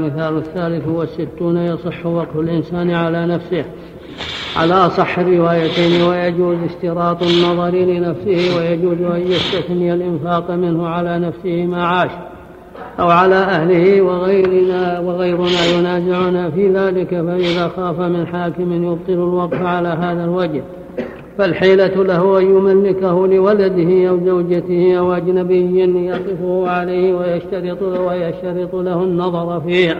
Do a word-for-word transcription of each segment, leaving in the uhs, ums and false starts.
المثال الثالث والستون يصح وقف الإنسان على نفسه على أصح الروايتين، ويجوز اشتراط النظر لنفسه، ويجوز أن يستثني الإنفاق منه على نفسه ما عاش أو على أهله، وغيرنا وغيرنا ينازعنا في ذلك. فإذا خاف من حاكم يبطل الوقف على هذا الوجه فالحيلة له أن يملكه لولده أو زوجته أو أجنبي يقفه عليه ويشترط له, ويشترط له النظر فيه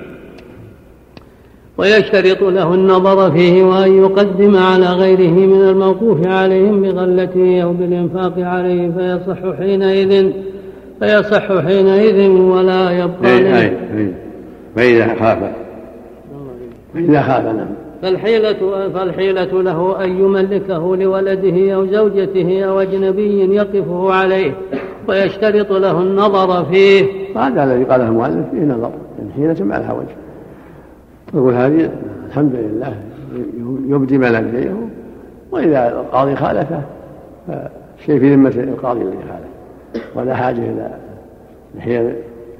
ويشترط له النظر فيه وأن يقدم على غيره من الموقوف عليهم بغلته أو بالإنفاق عليه، فيصح حينئذ فيصح حينئذ ولا يبقى له. فإذا خاف فإذا خاف نعم فالحيلة, فالحيلة له أن يملكه لولده أو زوجته أو أجنبي يقفه عليه ويشترط له النظر فيه. هذا الذي قاله المؤلف فيه نظر، الحيلة مع الحوج. يقول هذه الحمد لله يبدي ما لم يديه، وإذا القاضي خالفه فشيء في ذمة القاضي الذي خالفه، ولا حاجة إلى الحيلة.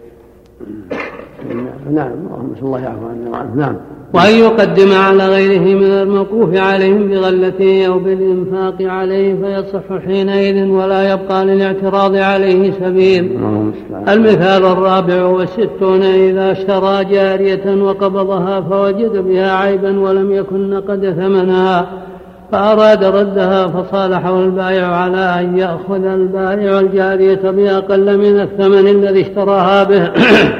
نعم نسأل الله يعفو عنا. نعم. وأن يقدم على غيره من الموقوف عليهم بغلته أو بالإنفاق عليه فيصح حينئذ ولا يبقى للاعتراض عليه سبيل. المثال الرابع والستون إذا اشترى جارية وقبضها فوجد بها عيبا ولم يكن نقد ثمنها فأراد ردها، فصالحه البائع على أن يأخذ البائع الجارية بأقل من الثمن الذي اشتراها به.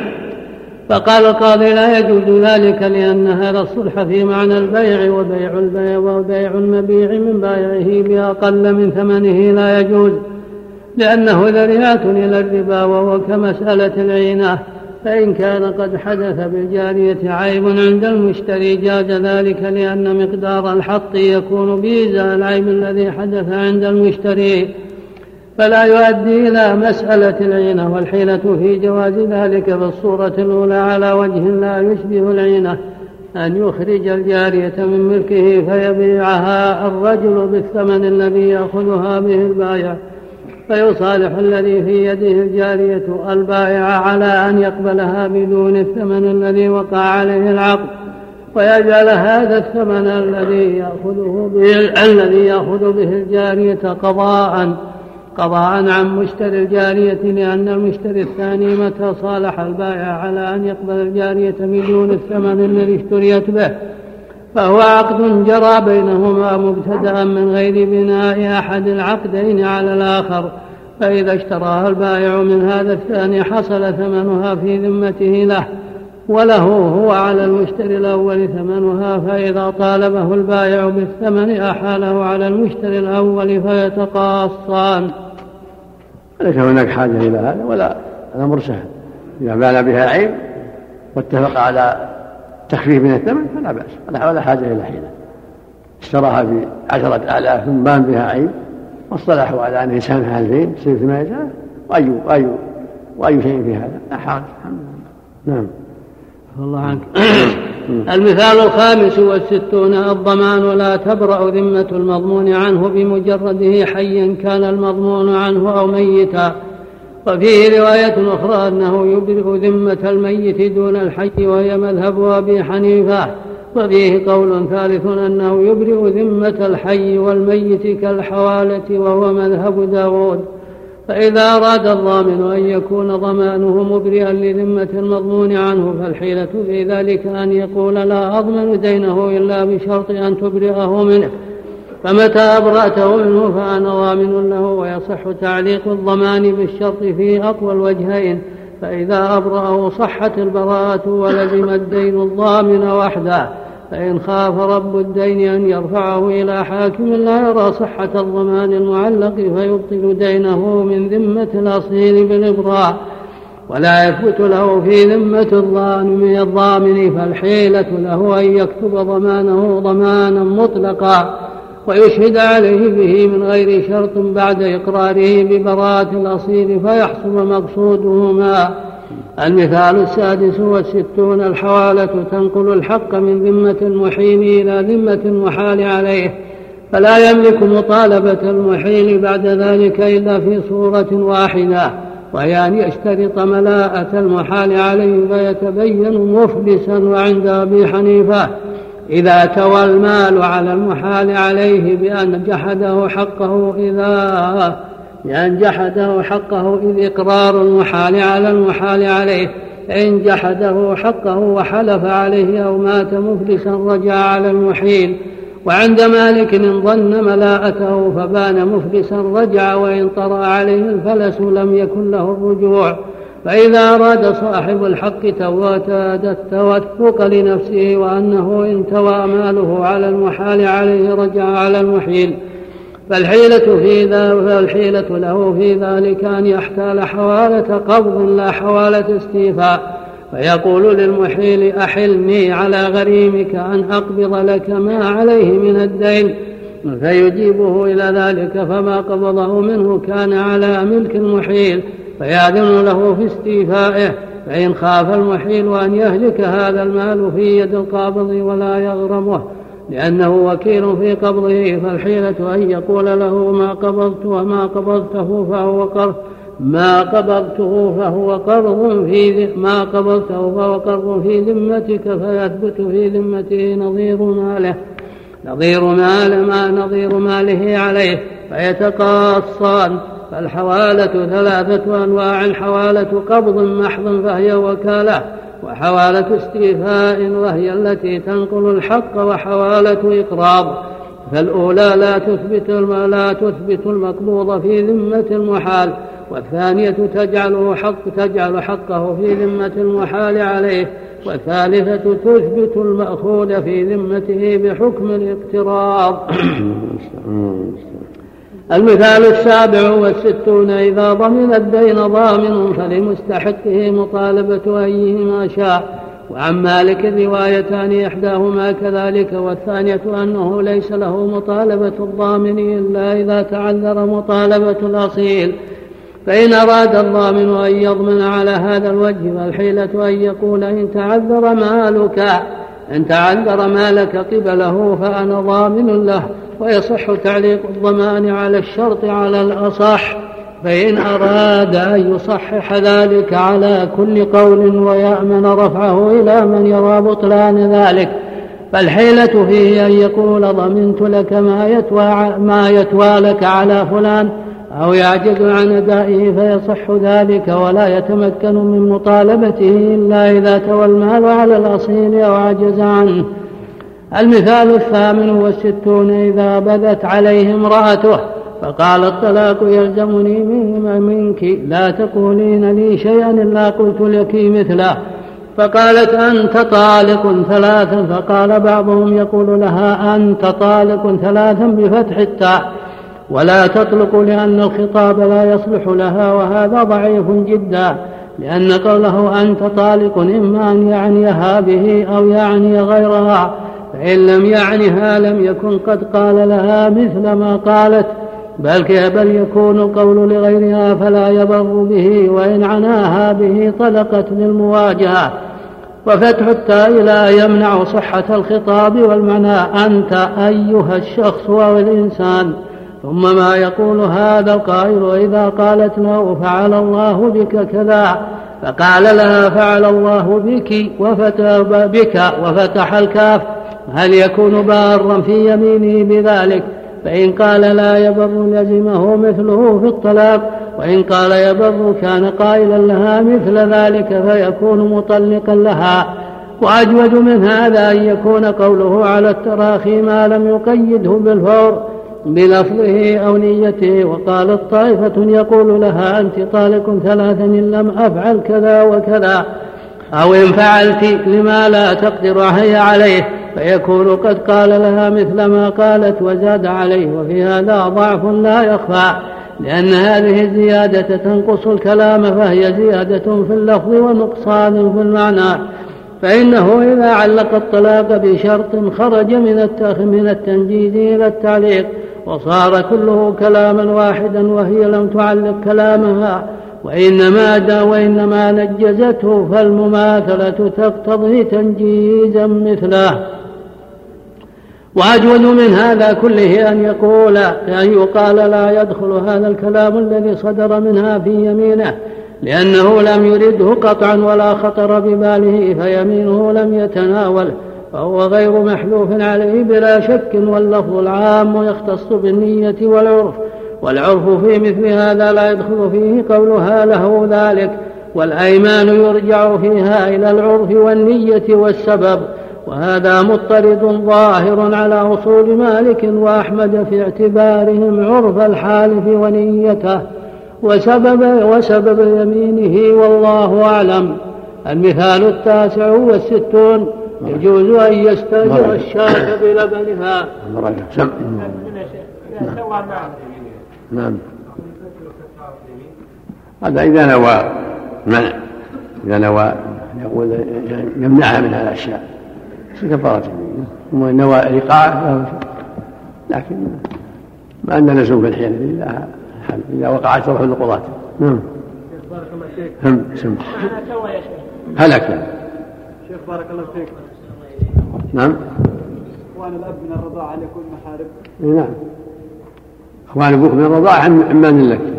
فقال القاضي لا يجوز ذلك، لأن هذا الصلح في معنى البيع، وبيع البيع وبيع المبيع من بائعه بأقل من ثمنه لا يجوز، لأنه ذريعة إلى الربا، وهو كمسألة العينة. فإن كان قد حدث بالجارية عيب عند المشتري جاز ذلك، لأن مقدار الحط يكون بإزاء العيب الذي حدث عند المشتري، فلا يؤدي إلى مسألة العينة. والحيلة في جواز ذلك في الصورة الأولى على وجه لا يشبه العينة، أن يخرج الجارية من ملكه فيبيعها الرجل بالثمن الذي يأخذها به البائع، فيصالح الذي في يده الجارية البائع على أن يقبلها بدون الثمن الذي وقع عليه العقد، ويجعل هذا الثمن الذي يأخذه به الذي يأخذ به الجارية قضاء قضاء عن مشتري الجارية، لأن المشتري الثاني متى صالح البائع على أن يقبل الجارية بدون الثمن الذي اشتريت به فهو عقد جرى بينهما مبتدأ من غير بناء أحد العقدين على الآخر. فإذا اشتراها البائع من هذا الثاني حصل ثمنها في ذمته له، وله هو على المشتري الأول ثمنها، فإذا طالبه البائع بالثمن أحاله على المشتري الأول فيتقاصان. ليس هناك حاجة إلى هذا، ولا الأمر سهل. إذا بان بها عيب واتفق على تخفيف من الثمن فلا بأس، ولا حاجة إلى حيلة. اشتراها بعشرة آلاف ثم بان بها عيب واصطلحوا على أن يسامحها ألفين تصير ثمانية آلاف، وأي وأي وأي شيء في هذا لا حرج. نعم. الله عنك. المثال الخامس والستون الضمان لا تبرأ ذمة المضمون عنه بمجرده حيا كان المضمون عنه أو ميتا. وفيه رواية أخرى أنه يبرئ ذمة الميت دون الحي، وهي مذهب أبي حنيفة. وفيه قول ثالث أنه يبرئ ذمة الحي والميت كالحوالة، وهو مذهب داود. فإذا أراد الضامن أن يكون ضمانه مبرئا لذمة المضمون عنه فالحيلة في ذلك أن يقول لا أضمن دينه إلا بشرط أن تبرئه منه، فمتى أبرأته منه فأنا ضامن له. ويصح تعليق الضمان بالشرط في أقوى الوجهين، فإذا أبرأه صحت البراءة ولزم الدين الضامن وحده. فإن خاف رب الدين أن يرفعه إلى حاكم لا يرى صحة الضمان المعلق فيبطل دينه من ذمة الأصيل بالإبراء، ولا يثبت له في ذمة الضامن الضامن فالحيلة له أن يكتب ضمانه ضمانا مطلقا ويشهد عليه به من غير شرط بعد إقراره ببراءة الأصيل فيحصل مقصودهما. المثال السادس والستون الحوالة تنقل الحق من ذمة المحيل إلى ذمة المحال عليه، فلا يملك مطالبة المحيل بعد ذلك إلا في صورة واحدة، وهي أن يشترط ملاءة المحال عليه فيتبين مفلسا. وعند أبي حنيفة إذا توى المال على المحال عليه بأن جحده حقه إذا بأن جحده حقه إذ إقرار المحال على المحال عليه، فإن جحده حقه وحلف عليه أو مات مفلسا رجع على المحيل. وعند مالك إن ظن ملاءته فبان مفلسا رجع، وإن طرأ عليه الفلس لم يكن له الرجوع. فإذا أراد صاحب الحق التوثق لنفسه وأنه إن توى ماله على المحال عليه رجع على المحيل، فالحيلة, في فالحيلة له في ذلك أن يحتال حوالة قبض لا حوالة استيفاء، فيقول للمحيل أحلني على غريمك أن أقبض لك ما عليه من الدين، فيجيبه إلى ذلك فما قبضه منه كان على ملك المحيل، فيأذن له في استيفائه. فإن خاف المحيل أن يهلك هذا المال في يد القابض ولا يغرمه لأنه وكيل في قبضه، فالحيلة أن يقول له ما قبضت وما قبضته فهو قرض ما قبضته فهو قرض في ما قبضته فهو قرض في ذمتك، فيثبت في ذمته نظير ماله نظير مال ما نظير ماله عليه فيتقاصان. فالحوالة ثلاثة أنواع: حوالة قبض محض فهي وكالة، وحوالة استيفاء وهي التي تنقل الحق، وحوالة إقراض. فالأولى لا تثبت لا تثبت المقبوض في ذمة المحال، والثانية تجعله حق تجعل حقه في ذمة المحال عليه، والثالثة تثبت المأخوذ في ذمته بحكم الاقتراض. المثال السابع والستون: إذا ضمن الدين ضامن فلمستحقه مطالبة أيهما شاء. وعن مالك روايتان إحداهما كذلك، والثانية أنه ليس له مطالبة الضامن إلا إذا تعذر مطالبة الأصيل. فإن أراد الضامن أن يضمن على هذا الوجه فالحيلة أن يقول إن تعذر مالك إن تعذر مالك قبله فأنا ضامن له، ويصح تعليق الضمان على الشرط على الأصح. فإن أراد أن يصحح ذلك على كل قول ويأمن رفعه إلى من يرى بطلان ذلك فالحيلة فيه أن يقول ضمنت لك ما يتوى, ما يتوى لك على فلان، أو يعجز عن أدائه فيصح ذلك ولا يتمكن من مطالبته إلا إذا توى المال على الأصيل أو عجز عنه. المثال الثامن والستون: إذا بدت عليه امرأته فقال الطلاق يلزمني منك لا تقولين لي شيئا إلا قلت لك مثله، فقالت أنت طالق ثلاثا، فقال بعضهم يقول لها أنت طالق ثلاثا بفتح التاء ولا تطلق لأن الخطاب لا يصلح لها، وهذا ضعيف جدا، لأن قوله أنت طالق إما أن يعنيها به أو يعني غيرها، فإن لم يعنها لم يكن قد قال لها مثل ما قالت، بل بل يكون القول لغيرها فلا يبر به، وإن عناها به طلقت للمواجهة. وفتح التاء لا يمنع صحة الخطاب، والمعنى أنت أيها الشخص أو الإنسان. ثم ما يقول هذا القائل إذا قالت له فعل الله بك كذا، فقال لها فعل الله بك وفتح بك وفتح الكاف، هل يكون بارا في يمينه بذلك؟ فإن قال لا يبر لزمه مثله في الطلاق، وإن قال يبر كان قائلا لها مثل ذلك فيكون مطلقا لها. وأجود من هذا أن يكون قوله على التراخي ما لم يقيده بالفور بلفظه أو نيته. وقال الطائفة يقول لها أنت طالق ثلاثا إن لم أفعل كذا وكذا، أو إن فعلت لما لا تقدر هي عليه، فيكون قد قال لها مثل ما قالت وزاد عليه. وفي هذا ضعف لا يخفى، لأن هذه الزيادة تنقص الكلام، فهي زيادة في اللفظ ونقصان في المعنى. فإنه إذا علق الطلاق بشرط خرج من التنجيز إلى التعليق وصار كله كلاما واحدا، وهي لم تعلق كلامها وإنما, وإنما نجزته، فالمماثلة تقتضي تنجيزا مثله. وأجود من هذا كله أن يقول أن يقال لا يدخل هذا الكلام الذي صدر منها في يمينه لأنه لم يرده قطعا ولا خطر بباله فيمينه لم يتناوله، فهو غير محلوف عليه بلا شك. واللفظ العام يختص بالنية والعرف، والعرف في مثل هذا لا يدخل فيه قولها له ذلك، والأيمان يرجع فيها إلى العرف والنية والسبب، وهذا مضطرد ظاهر على أصول مالك وأحمد في اعتبارهم عرف الحالف ونيته وسبب, وسبب يمينه، والله أعلم. المثال التاسع والستون يجوز أن يستأجر الشاة بلبنها. نعم. هذا إذا نوى منع، إذا نوى يقول يمنعها من هذا الشاة في كفارة يمين، نوى إيقاع، لكن ما أن لزوم في الحيل إلا إذا وقعت روح القضاة. نعم. هم سم هلك. شيخ بارك الله فيك. نعم. إخوان الأب من الرضاعة هل يكون محارب؟ نعم. إخوان أبوك من الرضاعة عمان لك،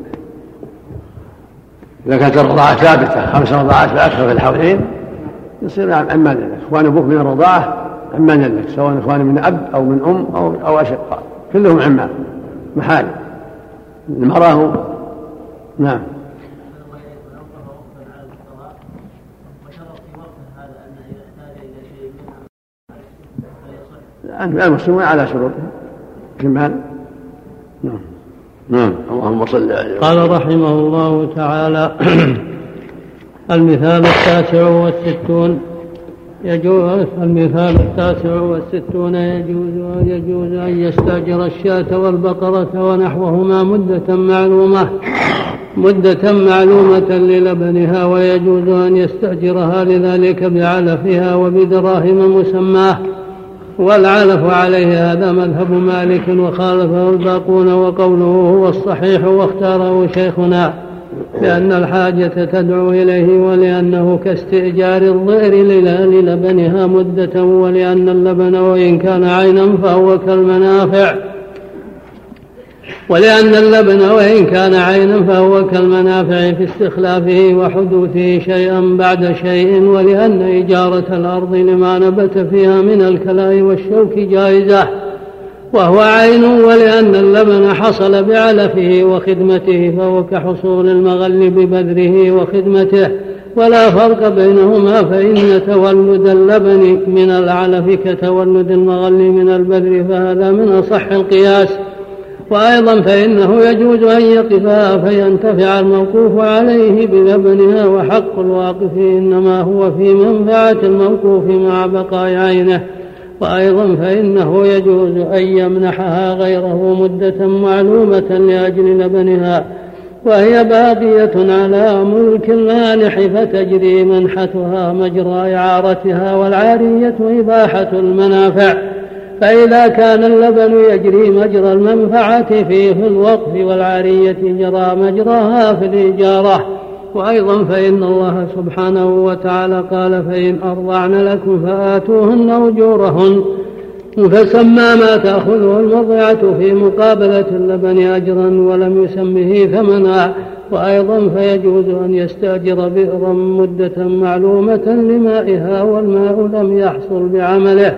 إذا كانت الرضاعة ثابتة خمس رضاعات فأكثر في الحولين يصير عمان لك. إخوان أبوك من الرضاعة عمان لك، سواء إخوان من أب أو من أم أو, أو أشقاء، كلهم عمان محارب. المرأة نعم. المسلمون على شروطهم كمال. نعم. نعم. اللهم صل عليه. قال رحمه الله تعالى: المثال التاسع والستون يجوز المثال التاسع والستون يجوز يجوز أن يستأجر الشاة والبقرة ونحوهما مدة معلومة مدة معلومة للبنها، ويجوز أن يستأجرها لذلك بعلفها وبدراهم مسماه، والعلف عليه هذا مذهب مالك وخالفه الباقون، وقوله هو الصحيح واختاره شيخنا، لأن الحاجة تدعو إليه، ولأنه كاستئجار الضئر للبنها مدة، ولأن اللبن وإن كان عينا فهو كالمنافع ولأن اللبن وإن كان عينا فهو كالمنافع في استخلافه وحدوثه شيئا بعد شيء، ولأن إجارة الأرض لما نبت فيها من الكلاء والشوك جائزة وهو عين، ولأن اللبن حصل بعلفه وخدمته فهو كحصول المغل ببذره وخدمته، ولا فرق بينهما، فإن تولد اللبن من العلف كتولد المغل من البذر، فهذا من أصح القياس. وأيضا فإنه يجوز أن يقفها فينتفع الموقوف عليه بلبنها، وحق الواقف إنما هو في منفعة الموقوف مع بقاء عينه. وأيضا فإنه يجوز أن يمنحها غيره مدة معلومة لأجل لبنها، وهي باقية على ملك المانح، فتجري منحتها مجرى إعارتها، والعارية إباحة المنافع. فإذا كان اللبن يجري مجرى المنفعة فيه في الوقف، والعارية جرى مجراها في الإجارة. وأيضا فإن الله سبحانه وتعالى قال: فإن أرضعن لكم فآتوهن أجورهن، فسمى ما تأخذه المرضعة في مقابلة اللبن أجرا ولم يسمه ثمنا. وأيضا فيجوز أن يستأجر بئرا مدة معلومة لمائها والماء لم يحصل بعمله،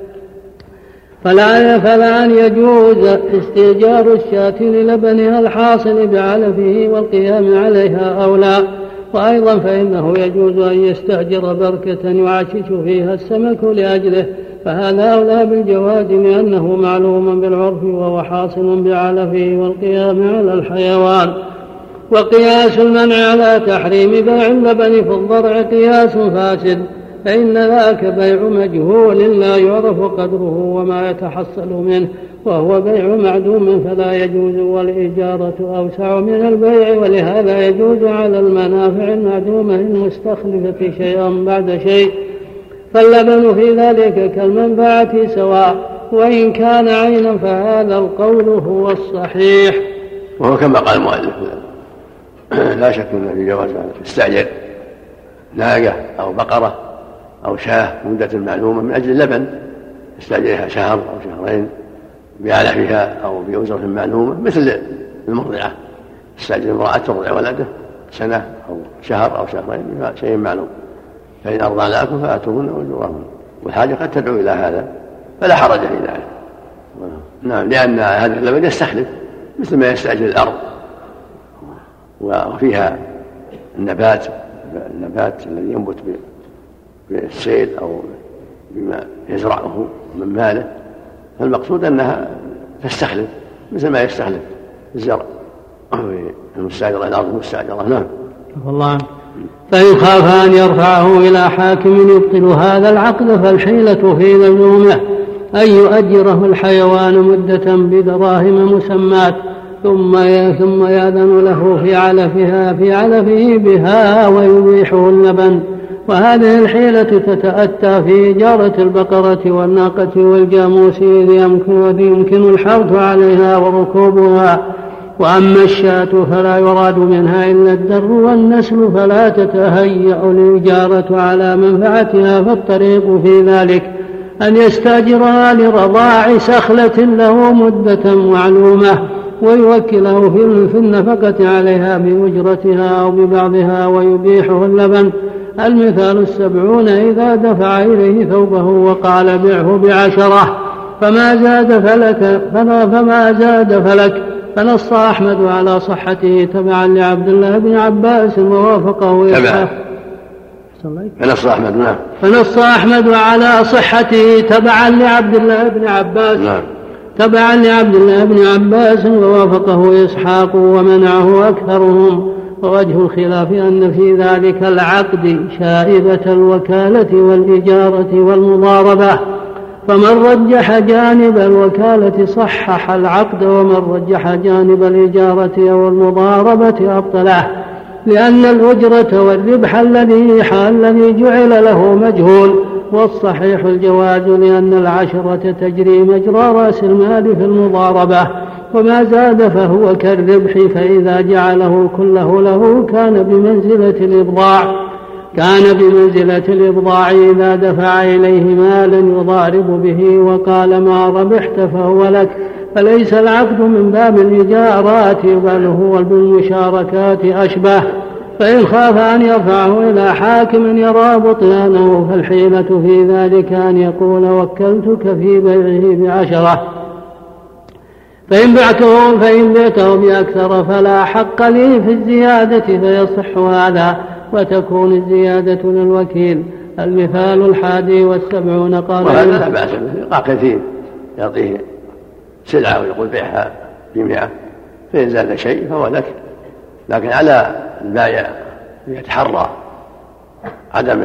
فلا فلا أن يجوز استئجار الشاة للبنها الحاصل بعلفه والقيام عليها أو لا. وأيضا فإنه يجوز أن يستأجر بركة يعشش فيها السمك لأجله، فهذا أولى بالجواز لأنه معلوم بالعرف وهو حاصل بعلفه والقيام على الحيوان. وقياس المنع على تحريم بيع اللبن في الضرع قياس فاسد، فإن ذاك بيع مجهول لا يعرف قدره وما يتحصل منه، وهو بيع معدوم فلا يجوز، والإجارة أوسع من البيع، ولهذا يجوز على المنافع المعدومة المستخلفة شيئا بعد شيء، فاللبن في ذلك كالمنفعة سواء، وإن كان عينا فهذا القول هو الصحيح. وهو كما قال المؤلف لا شك أن في جواز استعجل ناقة أو بقرة أو شاة مدة معلومة من أجل اللبن، يستأجرها شهر أو شهرين بعلفها أو بأجرة معلومة، مثل المرضعة تستأجر امرأة ترضع ولده سنة أو شهر أو شهرين شيء معلوم، فإن أرضعناكم فآتوهن أجورهن، والحاجة قد تدعو إلى هذا فلا حرج في ذلك. نعم، لأن هذا اللبن يستخلف مثل ما يستأجر الأرض وفيها النبات النبات الذي ينبت بالسيل أو بما يزرعه من ماله، فالمقصود أنها تستخلف مثل ما يستخلف الزرع المستأجرة الأرض المستأجرة. نعم. والله فإن خاف أن يرفعه إلى حاكم يبطل هذا العقد فالحيلة في لزومه أن يؤجره الحيوان مدة بدراهم مسمات ثم ثم يأذن له في علفها في علفه بها ويبيحه اللبن. وهذه الحيلة تتأتى في إجارة البقرة والناقة والجاموس إذ يمكن, يمكن الحرث عليها وركوبها. وأما الشاة فلا يراد منها إلا الدر والنسل فلا تتهيأ الإجارة على منفعتها، فالطريق في ذلك أن يستأجرها لرضاع سخلة له مدة معلومة ويوكله في النفقة عليها بأجرتها أو ببعضها ويبيحه اللبن. المثال السبعون إذا دفع إليه ثوبه وقال بعه بعشرة فما زاد فلك فما زاد فلك فنص أحمد على صحته تبعا لعبد الله بن عباس ووافقه إسحاق. فنص أحمد نعم فنص أحمد على صحته تبعا لعبد الله بن عباس نعم تبعا لعبد الله بن عباس ووافقه إسحاق ومنعه أكثرهم. ووجه الخلاف أن في ذلك العقد شائبة الوكالة والإجارة والمضاربة، فمن رجح جانب الوكالة صحح العقد ومن رجح جانب الإجارة أو المضاربة أبطله، لأن الأجرة والربح الذي الذي جعل له مجهول، والصحيح الجواز لأن العشرة تجري مجرى رأس المال في المضاربة، وما زاد فهو كالربح، فإذا جعله كله له كان بمنزلة الإبضاع كان بمنزلة الإبضاع إذا دفع إليه مالا يضارب به وقال ما ربحت فهو لك، فليس العقد من باب الإجارات بل هو بالمشاركات أشبه. فإن خاف أن يرفعه إلى حاكم يرى بطلانه فالحيلة في ذلك أن يقول وكلتك في بيعه بعشرة، فإن بعته فإن بعته بأكثر فلا حق لي في الزيادة فيصح هذا وتكون الزيادة للوكيل. المثال الحادي والسبعون قال وهذا لا بأس به، كثير يعطيه سلعة ويقول بيعها بمئة فإن زاد شيء فهو لك، لكن على البائع يتحرى عدم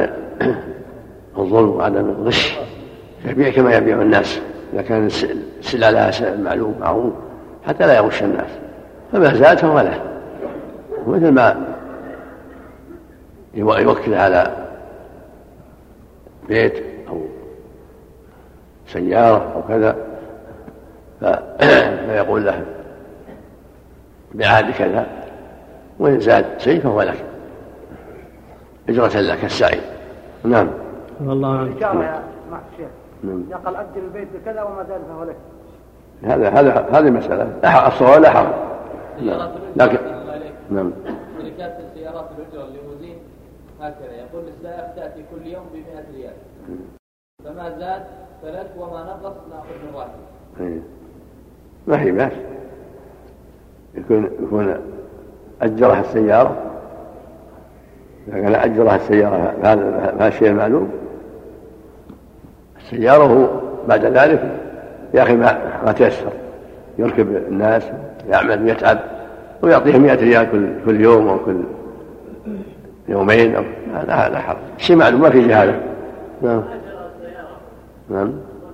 الظلم وعدم الغش، يبيع كما يبيع الناس إذا كان السلعة لها معلوم معروف حتى لا يغش الناس، فما زاد فهو له. مثل ما يوكل على بيت أو سيارة أو كذا فيقول له بعهد كذا، وإن زاد شيء فهو لك إجرة لك السعي. نعم. والله عنك. يا مع الشيخ يقال أجل البيت بكذا وما زاد فهو لك. هذا هذا هذه مسألة الصواب لا حرج. لكن نعم. شركات السيارات الأجرة الليموزين هكذا يقول السائق تأتي كل يوم بمئة ريال، فما زاد فلك وما نقص نأخذ من راتب. ما هي بأس، يكون يكون أجرها السيارة، إذا كان أجرها السيارة هذا الشيء المعلوم السيارة هو بعد ذلك يا أخي ما تيسر يركب الناس يعمل ويتعب ويعطيهم مئة ريال كل كل يوم أو كل يومين أو لا لا حرج، شيء معلوم ما في جهالة. نعم. نعم.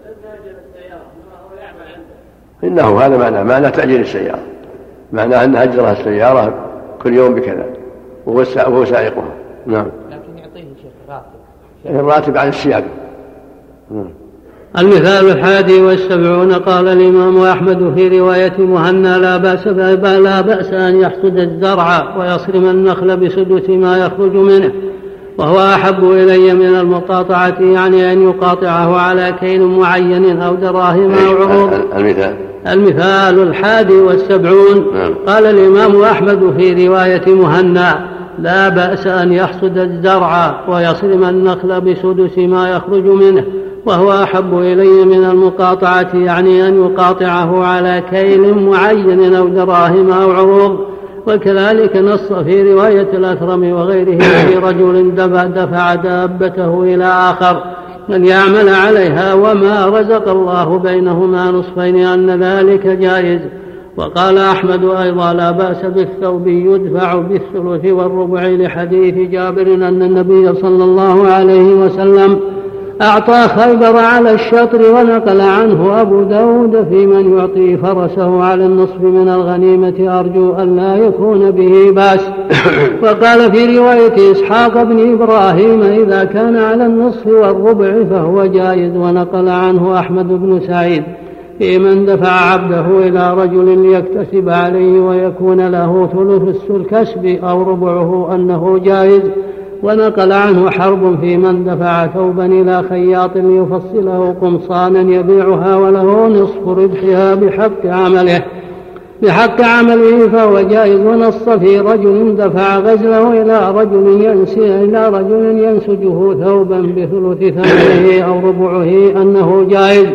إنه هذا معنى معنى تأجير السيارة، معنى أن أجرها السيارة كل يوم بكذا وهو سائقها. نعم. لكن يعطيه شيخ راتب. الراتب عن السياقة. نعم. المثال الحادي والسبعون قال الإمام أحمد في رواية مهنا لا بأس لا بأس أن يحصد الزرع ويصرم النخل بسدس ما يخرج منه، وهو أحب إلي من المقاطعة، يعني أن يقاطعه على كيل معين أو دراهم أو عروض. المثال المثال الحادي والسبعون قال الإمام أحمد في رواية مهنا لا بأس أن يحصد الزرع ويصرم النخل بسدس ما يخرج منه، وهو أحب إلي من المقاطعة، يعني أن يقاطعه على كيل معين أو دراهم أو عروض. وكذلك نص في رواية الأثرم وغيره في رجل دفع دابته إلى آخر أن يعمل عليها وما رزق الله بينهما نصفين أن ذلك جائز. وقال أحمد أيضا لا بأس بالثوب يدفع بالثلث والربع لحديث جابر أن النبي صلى الله عليه وسلم أعطى خيبر على الشطر. ونقل عنه أبو داود في من يعطي فرسه على النصف من الغنيمة أرجو أن لا يكون به بأس. وقال في رواية إسحاق بن إبراهيم إذا كان على النصف والربع فهو جائز. ونقل عنه أحمد بن سعيد في من دفع عبده إلى رجل ليكتسب عليه ويكون له ثلث الكسب أو ربعه أنه جائز. ونقل عنه حرب في من دفع ثوبا إلى خياط ليفصله قمصانا يبيعها وله نصف ربحها بحق عمله بحق عمله فهو جائز. ونص في رجل دفع غزله إلى رجل ينسي إلى رجل ينسجه ثوبا بثلث ثمنه أو ربعه أنه جائز.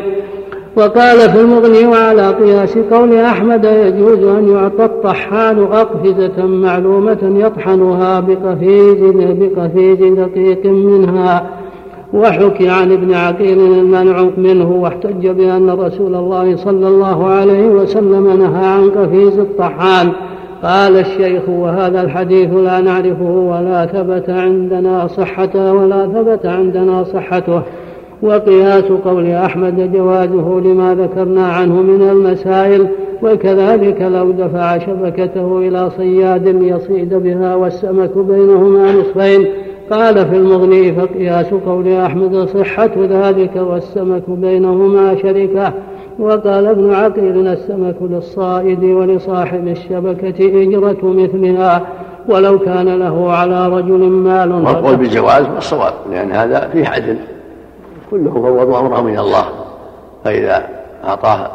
وقال في المغني وعلى قياس قول أحمد يجوز أن يعطى الطحان أقفزة معلومة يطحنها بقفيز بقفيز دقيق منها. وحكي عن ابن عقيل المنع منه، واحتج بأن رسول الله صلى الله عليه وسلم نهى عن قفيز الطحان. قال الشيخ وهذا الحديث لا نعرفه ولا ثبت عندنا صحته ولا ثبت عندنا صحته. وقياس قول أحمد جوازه لما ذكرنا عنه من المسائل. وكذلك لو دفع شبكته إلى صياد ليصيد بها والسمك بينهما نصفين. قال في المغني فقياس قول أحمد صحة ذلك والسمك بينهما شركة. وقال ابن عقيل السمك للصائد ولصاحب الشبكة أجرة مثلها ولو كان له على رجل مال. والقول بالجواز والصواب لأن هذا فيه عدل كله فوض أمره من الله. فإذا أعطاه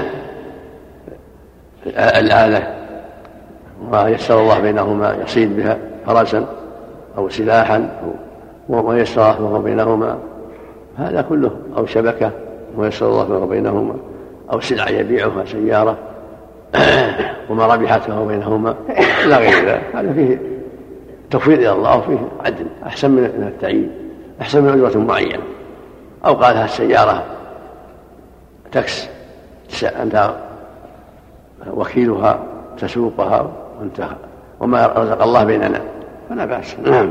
الآلة ويسر الله بينهما يصيد بها فرسا أو سلاحا ويسر الله بينهما هذا كله، أو شبكة ويسر الله بينهما، أو سلعة يبيعها سيارة وما ربحته بينهما لا غير ذلك، هذا فيه تفويض إلى الله وفيه عدل أحسن من التعيين، أحسن من أجرة معينة. أو قالها السيارة تكس أنت وكيلها تسوقها وانتهى وما رزق الله بيننا فلا بأس. نعم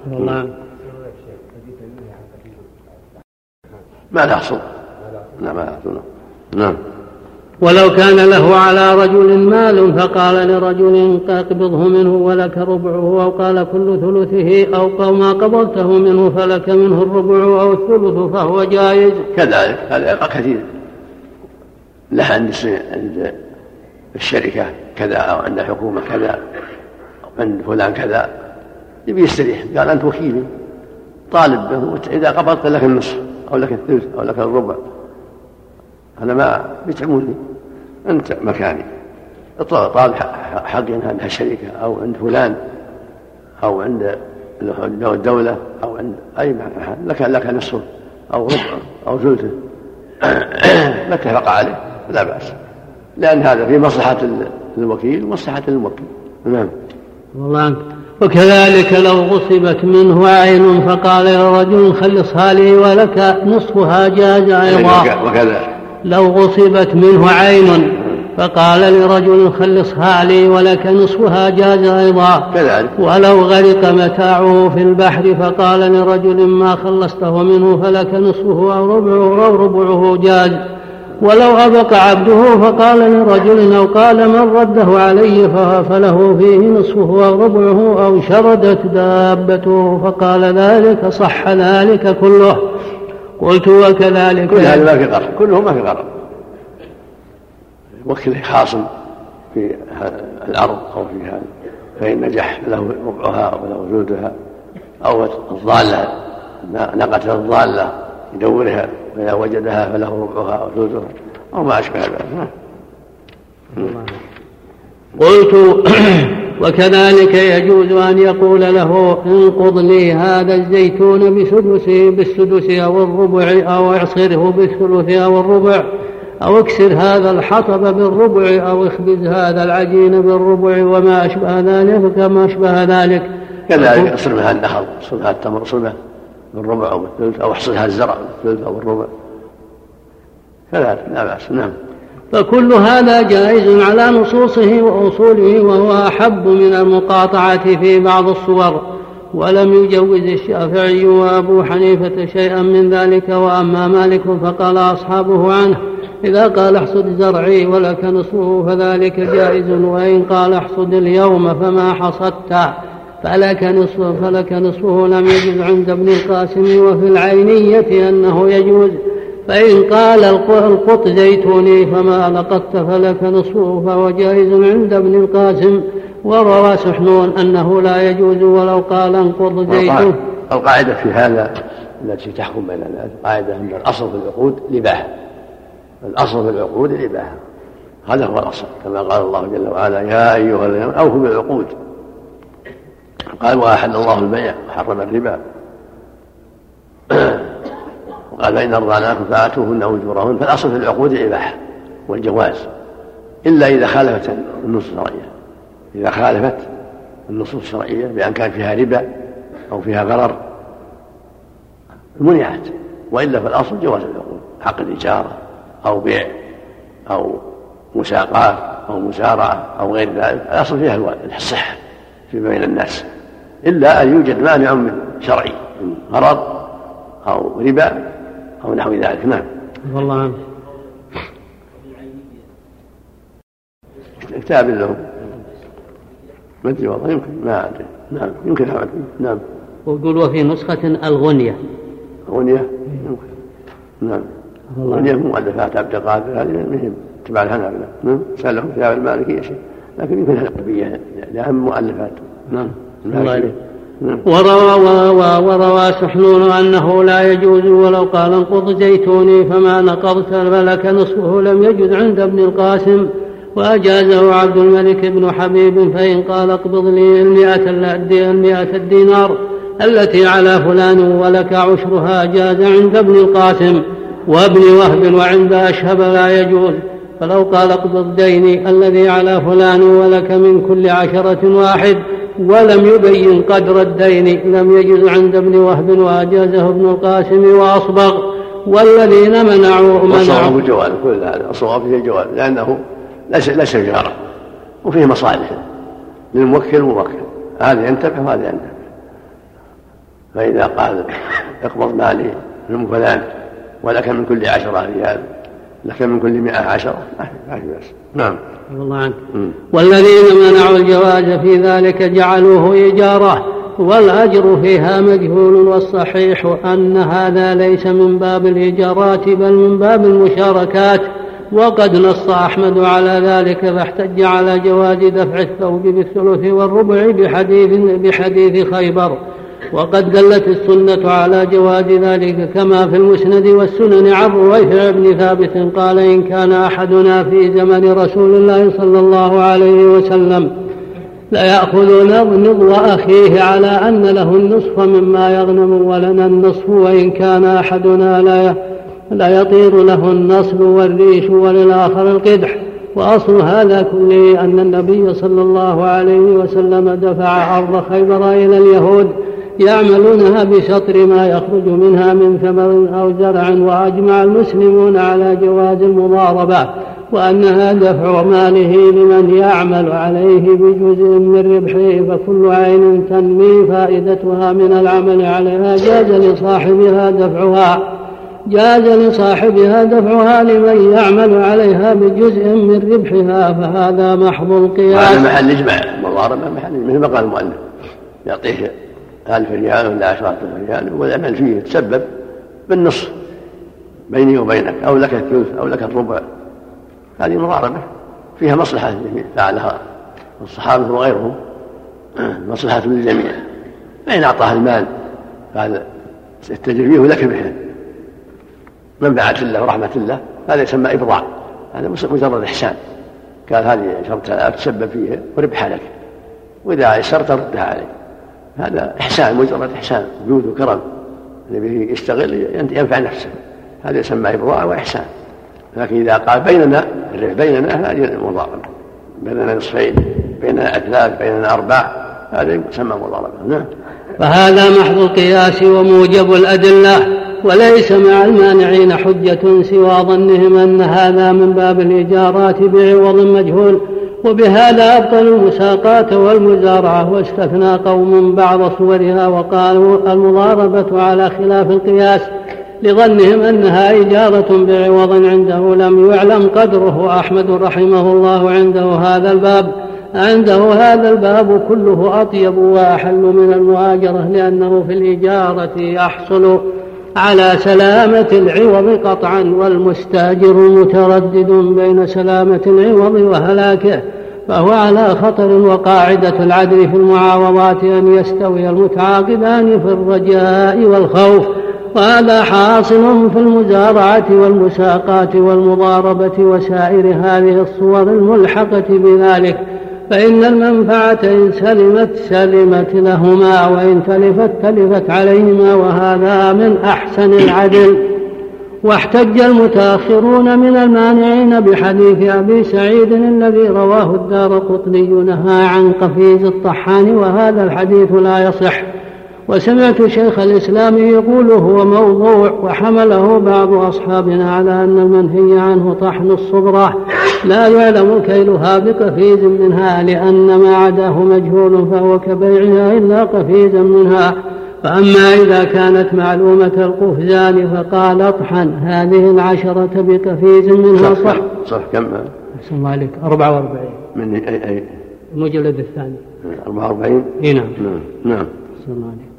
ما لا يحصل. نعم ما يحصل. نعم. ولو كان له على رجل مال فقال لرجل اقبضه منه ولك ربعه، أو قال كل ثلثه، أو ما قبضته منه فلك منه الربع أو الثلث فهو جائز. كذلك هذا يقع كثير له عند الشركة كذا أو عند الحكومة كذا أو عند فلان كذا يبي يستريح، قال أنت وكيلي طالب به إذا قبضت لك النصف أو لك الثلث أو لك الربع أنا ما بيتعموني أنت مكاني طالب حق عند الشركة أو عند فلان أو عند الدولة أو عند أي محل لك لك نصف أو ربع أو ثلثه ما اتفق عليه لا بأس، لأن هذا في مصلحة الوكيل ومصلحة الموكل. نعم. والله. وكذلك لو غصبت منه عين فقال لرجل خلصها لي ولك نصفها جاز أيضا. وكذا لو غصبت منه عين فقال لرجل خلصها لي ولك نصفها جاز أيضا. كذلك. ولو غرق متاعه في البحر فقال لرجل ما خلصته منه فلك نصفه أو ربعه أو ربعه جاز. ولو أبقى عبده فقال لرجل أو قال من رده علي فله فيه نصفه أو ربعه، أو شردت دابته فقال ذلك صح ذلك كله. قلت وكذلك كل هذا ما في غرض، كله ما في غرض. وكل خاصم في الأرض أو في هذا فإن نجح له ربعها أو له ثلثها، أو الضالة نقة الضالة يدورها فإذا وجدها فله ربعها أو ثلثها أو ما أشبه ذلك. قلت وكذلك يجوز أن يقول له انقض لي هذا الزيتون بسدسه بالسدس أو الربع أو اعصره بالثلث أو الربع أو اكسر هذا الحطب بالربع أو اخبز هذا العجين بالربع وما أشبه ذلك كما أشبه ذلك. كذلك اصل منها النخل، اصل منها التمر، اصل منها بالربع أو بالثلث، أو احصلها الزرع بالثلث أو بالربع، كذلك لا بأس. نعم. فكل هذا جائز على نصوصه وأصوله، وهو أحب من المقاطعة في بعض الصور. ولم يجوز الشافعي وأبو حنيفة شيئا من ذلك. وأما مالك فقال أصحابه عنه إذا قال احصد زرعي ولك نصفه فذلك جائز، وإن قال احصد اليوم فما حصدت فلك نصفه, فلك نصفه لم يجوز عند ابن القاسم. وفي العينية أنه يجوز، فإن قال القط زيتوني فما لقطت فلك نصفه فهو جائز عند ابن القاسم. وروى سحنون أنه لا يجوز ولو قال انقض زيتون. القاعدة في هذا التي تحكم بين الناس قاعدة أن الأصل في العقود الإباحة، الأصل في العقود الإباحة، هذا هو الأصل، كما قال الله جل وعلا يا أيها الذين آمنوا أوفوا بالعقود. قال وأحل الله البيع وحرم الربا، وقال فإن أرضعناكم فآتوهن أجورهن. فالأصل في العقود الإباحة والجواز، إلا إذا خالفت النصوص الشرعية، إذا خالفت النصوص الشرعية بأن كان فيها ربا أو فيها غرر منعت، وإلا فالأصل جواز العقود، حق الإجارة أو بيع أو مساقات أو مسارعة أو غير ذلك، الأصل فيها الصحة في بين الناس، إلا أن يوجد مانع من شرعي من غرر أو ربا أو نحو ذلك. نعم. والله عنه. كتاب لهم ما أدري والله، يمكن ما أدري. نعم يمكن هذا. نعم. ويقول وفي نسخة الغنية. غنية يمكن. نعم. غنية مؤلفات عبد القادر هذه مهم تبع الحنابلة. نعم. سألهم كتاب المالكية شيء، لكن يمكن الحنابلة لأهم مؤلفات. نعم. وروى, وروى سحنون أنه لا يجوز ولو قال انقض زيتوني فما نقضت فلك نصفه لم يجوز عند ابن القاسم. وأجازه عبد الملك بن حبيب، فإن قال اقبض لي المئة الدينار التي على فلان ولك عشرها جاز عند ابن القاسم وابن وهب وعند أشهب لا يجوز. فلو قال اقبض ديني الذي على فلان ولك من كل عشرة واحد ولم يبين قدر الدين لم يجوز عند ابن وهب وأجازه ابن القاسم وأصبغ. والذين منعوا منعوا الجوال كل هذا الصواب فيه الجوال، لأنه ليس جارة وفيه مصالح للموكل وموكل، هذا ينتفع وهذا ينتفع. فإذا قال اقبض مالي من فلان ولك من كل عشرة ريال لك من كل مئة عشرة ما في بأس. نعم. والله عنك. والذين منعوا الجواز في ذلك جعلوه إجارة والأجر فيها مجهول، والصحيح أن هذا ليس من باب الإجارات بل من باب المشاركات. وقد نص أحمد على ذلك فاحتج على جواز دفع الثوب بالثلث والربع بحديث, بحديث خيبر. وقد دلت السنة على جواز ذلك كما في المسند والسنن عن رويفع بن ثابت قال إن كان أحدنا في زمن رسول الله صلى الله عليه وسلم لا يأخذ نضل أخيه على أن له النصف مما يغنم ولنا النصف، وإن كان أحدنا لا لا يطير له النصب والريش وللآخر القدح. وأصل هذا كله أن النبي صلى الله عليه وسلم دفع أرض خيبر إلى اليهود يعملونها بشطر ما يخرج منها من ثمر أو زرع، وأجمع المسلمون على جواز المضاربة وأنها دفع ماله لمن يعمل عليه بجزء من ربحه، فكل عين تنمي فائدتها من العمل عليها جاز لصاحبها دفعها جاز لصاحبها دفعها لمن يعمل عليها بجزء من ربحها، فهذا محض القياس. هذا محل إجماع، المضاربة محل مثل ما قال المؤلف يعطيه ألف ريال ولا عشرة ريال والعمل فيه يتسبب بالنصف بيني وبينك أو لك الثلث أو لك الربع، هذه مضاربة فيها مصلحة فعلها الصحابة وغيرهم، مصلحة للجميع. فإن أعطاه المال قال اتجر فيه لك به منفعة الله ورحمة الله، هذا يسمى إبضاع، هذا مجرد إحسان. قال هذه عشرة آلاف تسبب فيه وربح لك، وإذا يسرت ردها عليه. هذا إحسان، مجرد إحسان، جود وكرم، الذي يشتغل ينفع نفسه، هذا يسمى إبراء وإحسان. لكن إذا قال بيننا الربح بيننا، هذه مضاربة، بيننا نصفين، بيننا أثلاث، بيننا أرباع، هذا يسمى مضاربة. نعم. فهذا محض القياس وموجب الأدلة، وليس مع المانعين حجة سوى ظنهم أن هذا من باب الإجارات بعوض مجهول، وبهذا أبطلوا المساقات والمزارعة، واستثنى قوم بعض صورها وقالوا المضاربة على خلاف القياس لظنهم أنها إجارة بعوض عنده لم يعلم قدره. أحمد رحمه الله عنده هذا الباب عنده هذا الباب كله أطيب وأحل من المؤاجرة، لأنه في الإجارة يحصل على سلامة العوض قطعا، والمستاجر متردد بين سلامة العوض وهلاكه، فهو على خطر. وقاعدة العدل في المعاوضات أن يستوي المتعاقدان في الرجاء والخوف، وهذا حاصل في المزارعة والمساقات والمضاربة وسائر هذه الصور الملحقة بذلك، فإن المنفعة إن سلمت سلمت لهما، وإن تلفت تلفت عليهما، وهذا من أحسن العدل. واحتج المتأخرون من المانعين بحديث أبي سعيد الذي رواه الدارقطني نهى عن قفيز الطحان، وهذا الحديث لا يصح. وسمعت شيخ الإسلام يقول هو موضوع، وحمله بعض أصحابنا على أن المنهي عنه طحن الصبرة لا يعلم كيلها بقفيز منها، لأن ما عداه مجهول فهو كبيعها إلا قفيزا منها. فأما إذا كانت معلومة القفزان فقال اطحن هذه العشرة بقفيز منها صح. صح كم؟ أحسن الله عليك. أربعة وأربعين من أي أي المجلد الثاني. أربعة وأربعين. نعم نعم نعم. أحسن الله عليك.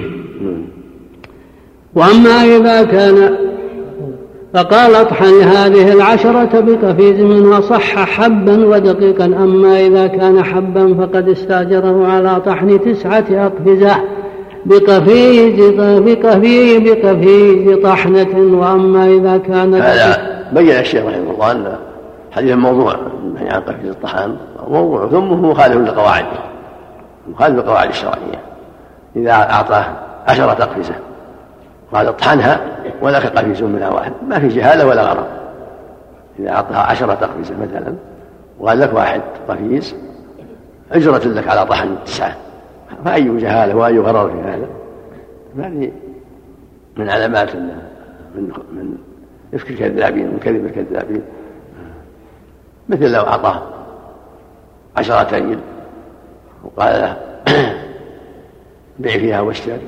وأما إذا كان فقال اطحن هذه العشرة بقفيز منها صح حبا ودقيقا. أما إذا كان حبا فقد استاجره على طحن تسعة أقفزة بقفيز بقفيز بقفيز طحنة. وأما إذا كان هذا بين الشيخ رحمه الله أن حديث موضوع عن يعني قفيز الطحان موضوع، ثم هو مخالف للقواعد، مخالف للقواعد الشرعية. إذا أعطاه عشرة أقفزة قال اطحنها ولك قفيز منها واحد، ما في جهالة ولا غرض. إذا أعطاها عشرة أقفزة مثلا وقال لك واحد قفيز أجرة لك على طحن تسعة، فأي جهالة وأي غرض في هذا؟ هذه من علامات من من إفك الكذابين، من كذب الكذابين. مثل لو أعطاه عشرتين وقال له بيع فيها واشتري،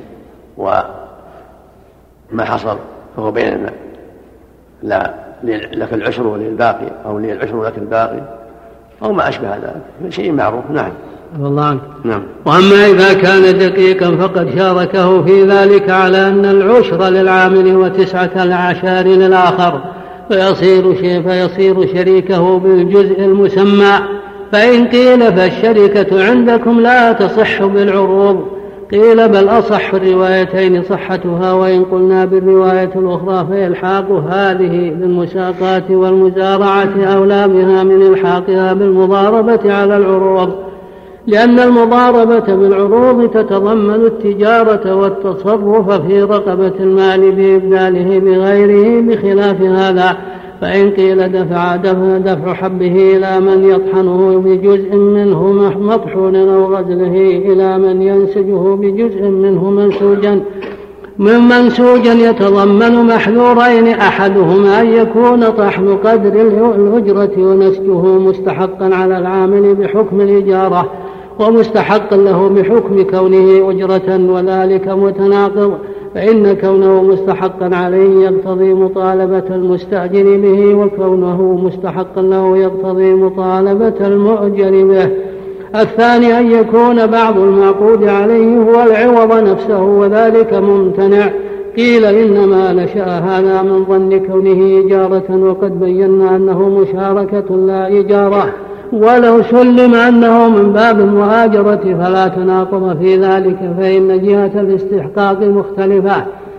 وما حصل فهو بيننا لا لك العشر وللباقي، أو لي العشر ولك الباقي، أو ما أشبه ذلك، شيء معروف. نعم والله عنك. نعم. وأما إذا كان دقيقا فقد شاركه في ذلك على أن العشر للعامل وتسعة العشار للآخر، فيصير شيء فيصير شريكه بالجزء المسمى. فإن قيل فالشركة عندكم لا تصح بالعروض، قيل بل أصح الروايتين صحتها. وإن قلنا بالرواية الأخرى فإلحاق هذه بالمساقات والمزارعة أولى بها من إلحاقها بالمضاربة على العروض، لأن المضاربة بالعروض تتضمن التجارة والتصرف في رقبة المال بإبداله بغيره بخلاف هذا. فإن قيل دفع دفع, دفع حبه إلى من يطحنه بجزء منه مطحون أو غزله إلى من ينسجه بجزء منه منسوجا من منسوجا يتضمن محذورين، أحدهما أن يكون طحن قدر الأجرة ونسجه مستحقا على العامل بحكم الإجارة ومستحقا له بحكم كونه أجرة، وذلك متناقض، فإن كونه مستحقا عليه يقتضي مطالبة المستأجر به، وكونه مستحقا له يقتضي مطالبة المؤجر به. الثاني أن يكون بعض المعقود عليه هو العوض نفسه، وذلك ممتنع. قيل إنما نشأ هذا من ظن كونه إجارة، وقد بينا أنه مشاركة لا إجارة، ولو سلم أنه من باب المهاجرة فلا تناقض في ذلك، فإن جهة الاستحقاق مختلفة،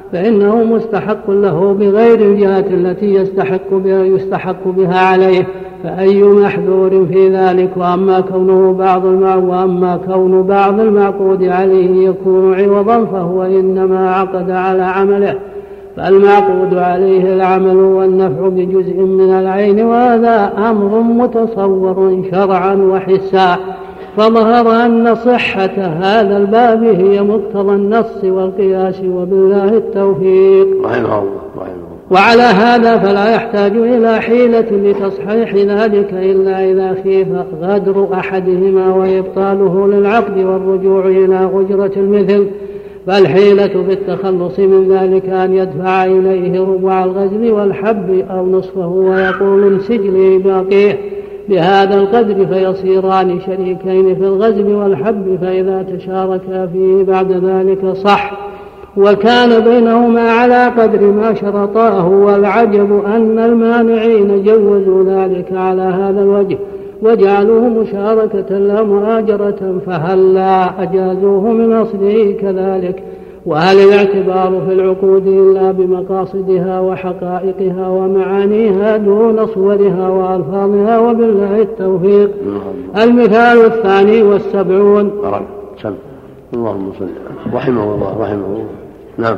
فإنه مستحق له بغير الجهة التي يستحق بها, يستحق بها عليه، فأي محذور في ذلك. وأما كونه بعض وأما كون بعض المعقود عليه يكون عوضا فهو إنما عقد على عمله، فالمعقود عليه العمل والنفع بجزء من العين، وهذا أمر متصور شرعا وحسا. فظهر أن صحة هذا الباب هي مقتضى النص والقياس، وبالله التوفيق. وعلى هذا فلا يحتاج إلى حيلة لتصحيح ذلك إلا إذا خيف غدر أحدهما وإبطاله للعقد والرجوع إلى أجرة المثل. فالحيلة بالتخلص من ذلك أن يدفع إليه ربع الغزل والحب أو نصفه ويقول امسك لي باقيه بهذا القدر، فيصيران شريكين في الغزل والحب، فإذا تشاركا فيه بعد ذلك صح، وكان بينهما على قدر ما شرطاه. والعجب أن المانعين جوزوا ذلك على هذا الوجه وجعلوه مشاركة لا مؤاجرة، فهل لا أجازوه من أصله كذلك؟ وهل الاعتبار في العقود إلا بمقاصدها وحقائقها ومعانيها دون صورها وألفاظها؟ وبالله التوفيق. المثال الثاني والسبعون. اللهم صل رحمه الله رحمه الله. نعم.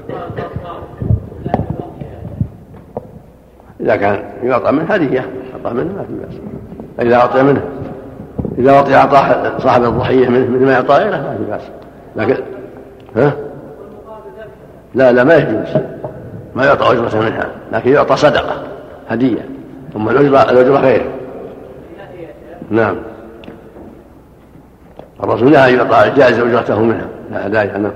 إذا كان يعطى من هدية أعطى منه ما في بأس، إذا أعطى منه إذا أعطي أعطاه صاحب الضحية منه مثل ما يعطى غيره ما في بأس. لكن ها لا لا ما يجوز، ما يعطى أجرة منها، لكن يعطى صدقة هدية، ثم الأجرة الأجرة غيره. نعم. الرسول لا يعطى جائز أجرته منها لا هدايا. نعم.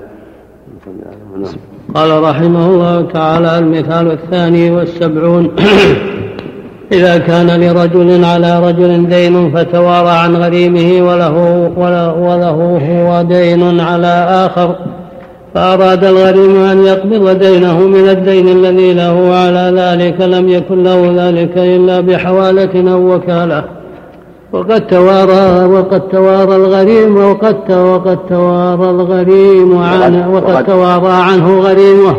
قال رحمه الله تعالى: المثال الثاني والسبعون. إذا كان لرجل على رجل دين فتوارى عن غريمه وله, وله هو دين على آخر، فأراد الغريم أن يقبض دينه من الدين الذي له على ذلك، لم يكن له ذلك إلا بحوالة أو وكالة، وقد توارى وقد توارى الغريم وقد وقد توارى الغريم عنه وقد توارى عنه غريمه،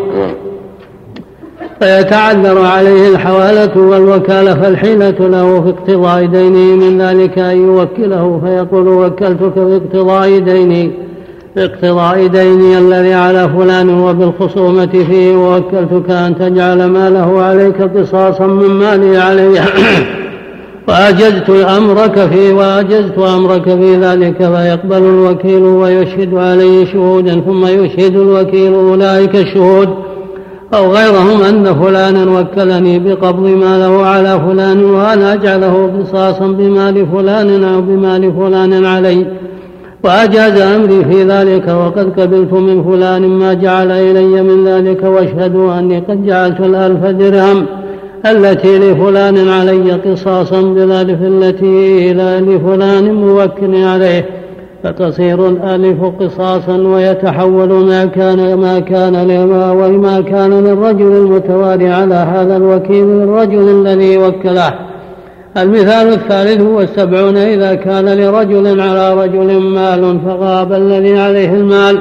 فيتعذر عليه الحوالة والوكالة، فالحيلة له في اقتضاء دينه من ذلك أن يوكله، فيقول: وكلتك في اقتضاء ديني في اقتضاء ديني الذي على فلان وبالخصومة فيه، ووكلتك أن تجعل ماله عليك قصاصا من مالي عليه، وأجزت أمرك في وأجزت أمرك في ذلك. فيقبل الوكيل ويشهد عليه شهودا، ثم يشهد الوكيل أولئك الشهود أو غيرهم أن فلانا وكلني بقبض ما له على فلان، وأنا أجعله قصاصا بمال فلان أو بمال فلان علي، وأجاز أمري في ذلك، وقد قبلت من فلان ما جعل إلي من ذلك، واشهدوا أني قد جعلت الألف درهم التي لفلان علي قصاصا بالألف التي لفلان موكل عليه، فتصير الألف قصاصا، ويتحول ما كان ما كان لما وما كان للرجل المتوالي على هذا الوكيل للرجل الذي وكله. المثال الثالث والسبعون. إذا كان لرجل على رجل مال فغاب الذي عليه المال،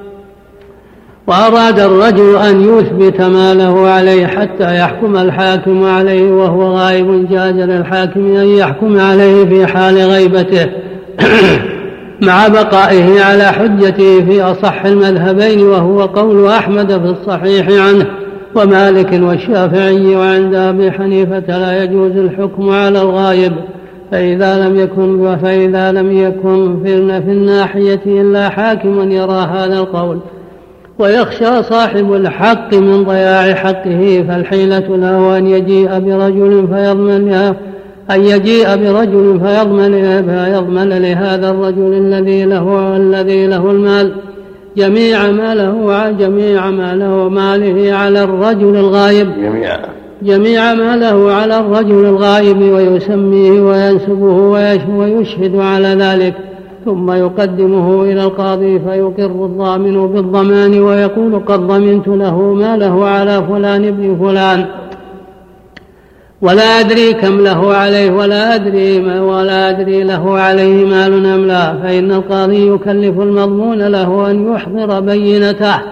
وأراد الرجل أن يثبت ماله عليه حتى يحكم الحاكم عليه وهو غائب، جاز للحاكم أن يحكم عليه في حال غيبته مع بقائه على حجته في أصح المذهبين، وهو قول أحمد في الصحيح عنه ومالك والشافعي، وعند أبي حنيفة لا يجوز الحكم على الغائب، فإذا لم يكن فإذا لم يكن في الناحية إلا حاكم يرى هذا القول ويخشى صاحب الحق من ضياع حقه، فالحيلة له أن يجيء برجل فيضمن أن يجيء برجل فيضمن, فيضمن لهذا الرجل الذي له الذي له المال جميع ماله جميع ماله ماله على الرجل الغائب جميع جميع ماله على الرجل الغائب، ويسميه وينسبه ويشهد على ذلك، ثم يقدمه إلى القاضي فيقر الضامن بالضمان ويقول: قد ضمنت له ماله على فلان ابن فلان، ولا أدري كم له عليه ولا أدري, ما ولا أدري له عليه مال أم لا، فإن القاضي يكلف المضمون له أن يحضر بينته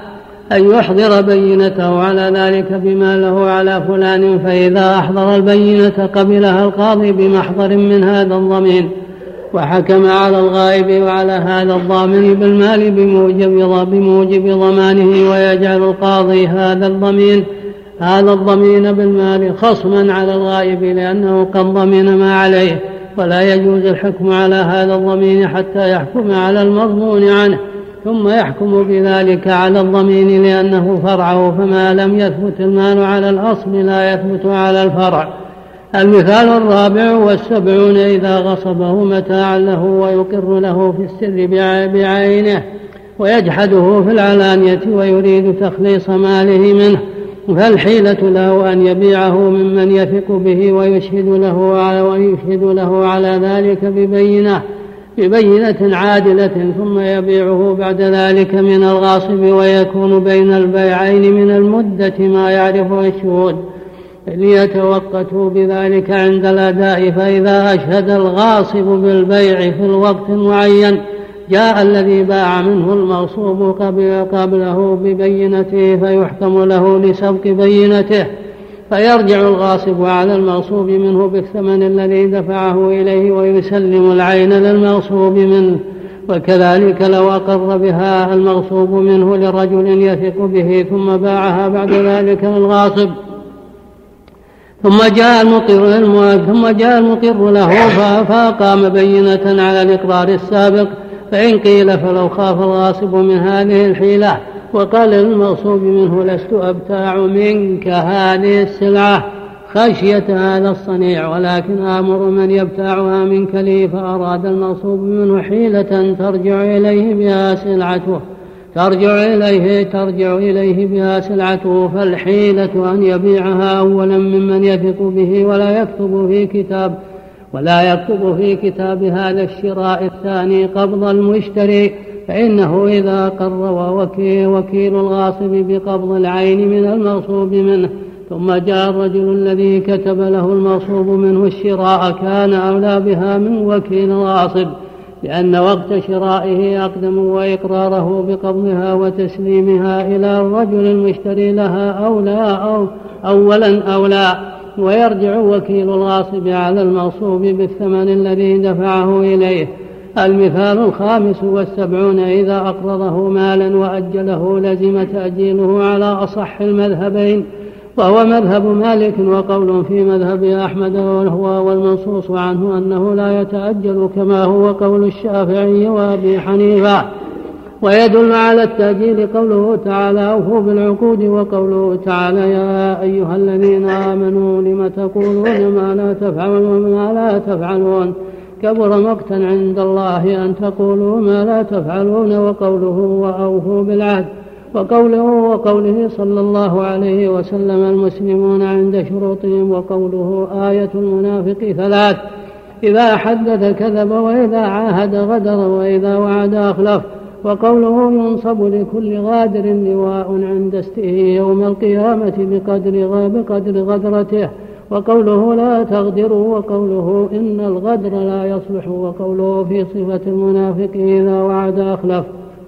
أن يحضر بينته على ذلك بما له على فلان، فإذا أحضر البينة قبلها القاضي بمحضر من هذا الضمين، وحكم على الغائب وعلى هذا الضامن بالمال بموجب بموجب ضمانه، ويجعل القاضي هذا الضمين هذا الضمين بالمال خصما على الغائب لأنه قد ضمن ما عليه، ولا يجوز الحكم على هذا الضمين حتى يحكم على المضمون عنه، ثم يحكم بذلك على الضمين لأنه فرعه، فما لم يثبت المال على الأصل لا يثبت على الفرع. المثال الرابع والسبعون إذا غصبه متاعا له ويقر له في السر بعينه ويجحده في العلانية ويريد تخليص ماله منه، فالحيلة له أن يبيعه ممن يثق به ويشهد له على, ويشهد له على ذلك ببينة ببينة عادلة، ثم يبيعه بعد ذلك من الغاصب، ويكون بين البيعين من المدة ما يعرفه الشهود ليتوقتوا بذلك عند الأداء. فإذا أشهد الغاصب بالبيع في الوقت المعين جاء الذي باع منه المغصوب قبله ببينته فيحكم له لسبق بينته، فيرجع الغاصب على المغصوب منه بالثمن الذي دفعه إليه ويسلم العين للمغصوب منه. وكذلك لو أقر بها المغصوب منه لرجل يثق به ثم باعها بعد ذلك للغاصب، ثم جاء المقر ثم جاء المقر له فأقام بينة على الإقرار السابق، فإن قيل فلو خاف الغاصب من هذه الحيلة وقال للمغصوب منه لست أبتاع منك هذه السلعة خشية هذا الصنيع، ولكن آمر من يبتاعها منك لي، فأراد المغصوب منه حيلة ترجع إليه بها سلعته ترجع إليه ترجع إليه بها سلعته فالحيلة أن يبيعها أولا ممن يثق به ولا يكتب في كتاب ولا يكتب في كتاب هذا الشراء الثاني قبض المشتري، فإنه إذا قر وكيل, وكيل الغاصب بقبض العين من المغصوب منه ثم جاء الرجل الذي كتب له المغصوب منه الشراء كان أولى بها من وكيل الغاصب، لأن وقت شرائه أقدم وإقراره بقبضها وتسليمها إلى الرجل المشتري لها أولى أو أولا أولى، ويرجع وكيل الغاصب على المغصوب بالثمن الذي دفعه إليه. المثال الخامس والسبعون إذا أقرضه مالا وأجله لزم تأجيله على أصح المذهبين، وهو مذهب مالك وقول في مذهب أحمد وهو والمنصوص عنه أنه لا يتأجل كما هو قول الشافعي وأبي حنيفة. ويدل على التأجيل قوله تعالى أوفوا بالعقود، وقوله تعالى يا أيها الذين آمنوا لم تقولون ما لا تفعلون ما لا تفعلون كبر مقتا عند الله أن تقولوا ما لا تفعلون، وقوله وأوفوا بالعهد، وقوله وقوله صلى الله عليه وسلم المسلمون عند شروطهم، وقوله آية المنافق ثلاث إذا حدث كذب وإذا عاهد غدر وإذا وعد أخلف، وقوله ينصب لكل غادر لواء عند استئه يوم القيامة بقدر بقدر غدرته، وقوله لا تغدروا، وقوله إن الغدر لا يصلح، وقوله في صفة المنافق إذا وعد أخلف.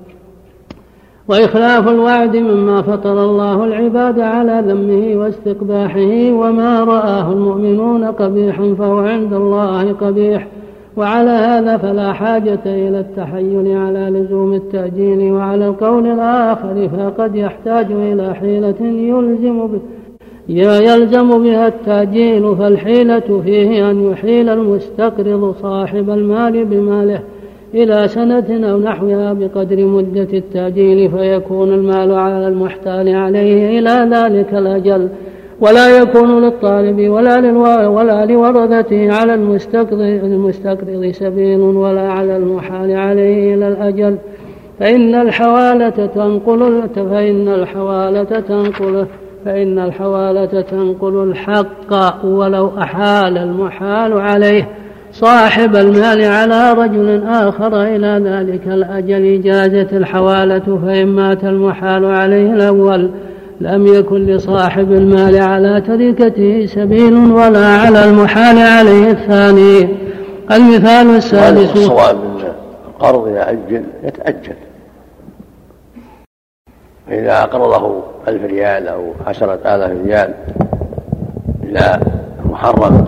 وإخلاف الوعد مما فطر الله العباد على ذمه واستقباحه، وما رآه المؤمنون قبيحا فهو عند الله قبيح، وعلى هذا فلا حاجة إلى التحيل على لزوم التأجيل. وعلى القول الآخر فقد يحتاج إلى حيلة يلزم ب... يلزم بها التأجيل، فالحيلة فيه أن يحيل المستقرض صاحب المال بماله إلى سنة أو نحوها بقدر مدة التأجيل، فيكون المال على المحتال عليه إلى ذلك الأجل، ولا يكون للطالب ولا ولا لورثته على المستقرض سبيل ولا على المحال عليه إلى الأجل، فإن الحوالة تنقل فإن الحوالة تنقل فإن الحوالة تنقل الحق ولو أحال المحال عليه صاحب المال على رجل آخر إلى ذلك الأجل جازت الحوالة، فإن مات المحال عليه الأول لم يكن لصاحب المال على تركته سبيل ولا على المحال عليه الثاني. المثال السادس الصواب القرض يأجل يتأجل فإذا قرضه ألف ريال أو عشرة آلاف ريال إلى محرم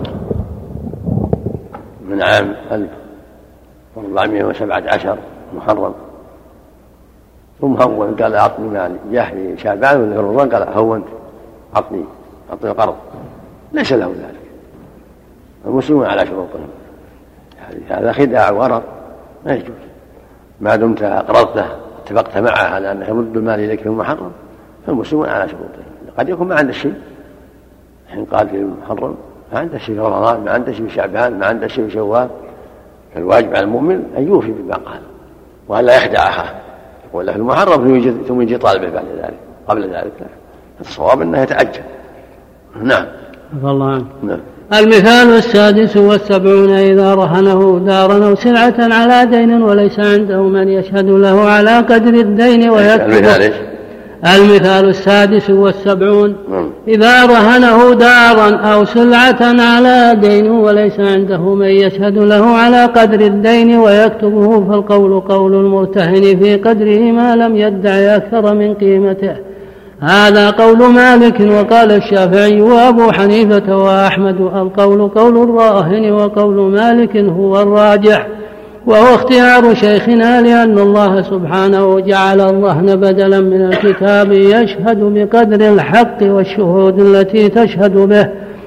من عام ألف وأربعمائة وسبعة عشر محرم، ثم هون قال أعطني مالي، جاء في شعبان ولا في رمضان قال هونت أعطني أعطني قرض، ليس له ذلك. المسلمون على شروطهم، هذا خداع وغرر ما يجوز. ما دمت أقرضته اتفقت معه على أنه يرد المال إليك في المحرم فالمسلمون على شروطهم. قد يكون ما عنده شيء، حين قال في المحرم ما عنده شيء في رمضان، ما عنده شيء في شعبان، ما عنده شيء في شوال، فالواجب على المؤمن أن يوفي بما قال وأن لا يخدع أخاه يقول له في المحرم ثم يجي طالبه بعد ذلك. قبل ذلك الصواب أنه يتعجل. نعم. الله عنه. نعم. المثال السادس والسبعون إذا رهنه دارا أو سلعة على دين وليس عنده من يشهد له على قدر الدين ويكتب. المثال السادس والسبعون إذا رهنه دارا أو سلعة على دين وليس عنده من يشهد له على قدر الدين ويكتبه، فالقول قول المرتهن في قدره ما لم يدع أكثر من قيمته. هذا قول مالك وقال الشافعي وأبو حنيفة وأحمد. القول قول الراهن وقول مالك هو الراجح، وهو اختيار شيخنا لأن الله سبحانه جعل الرهن بدلا من الكتاب يشهد بقدر الحق والشهود التي تشهد به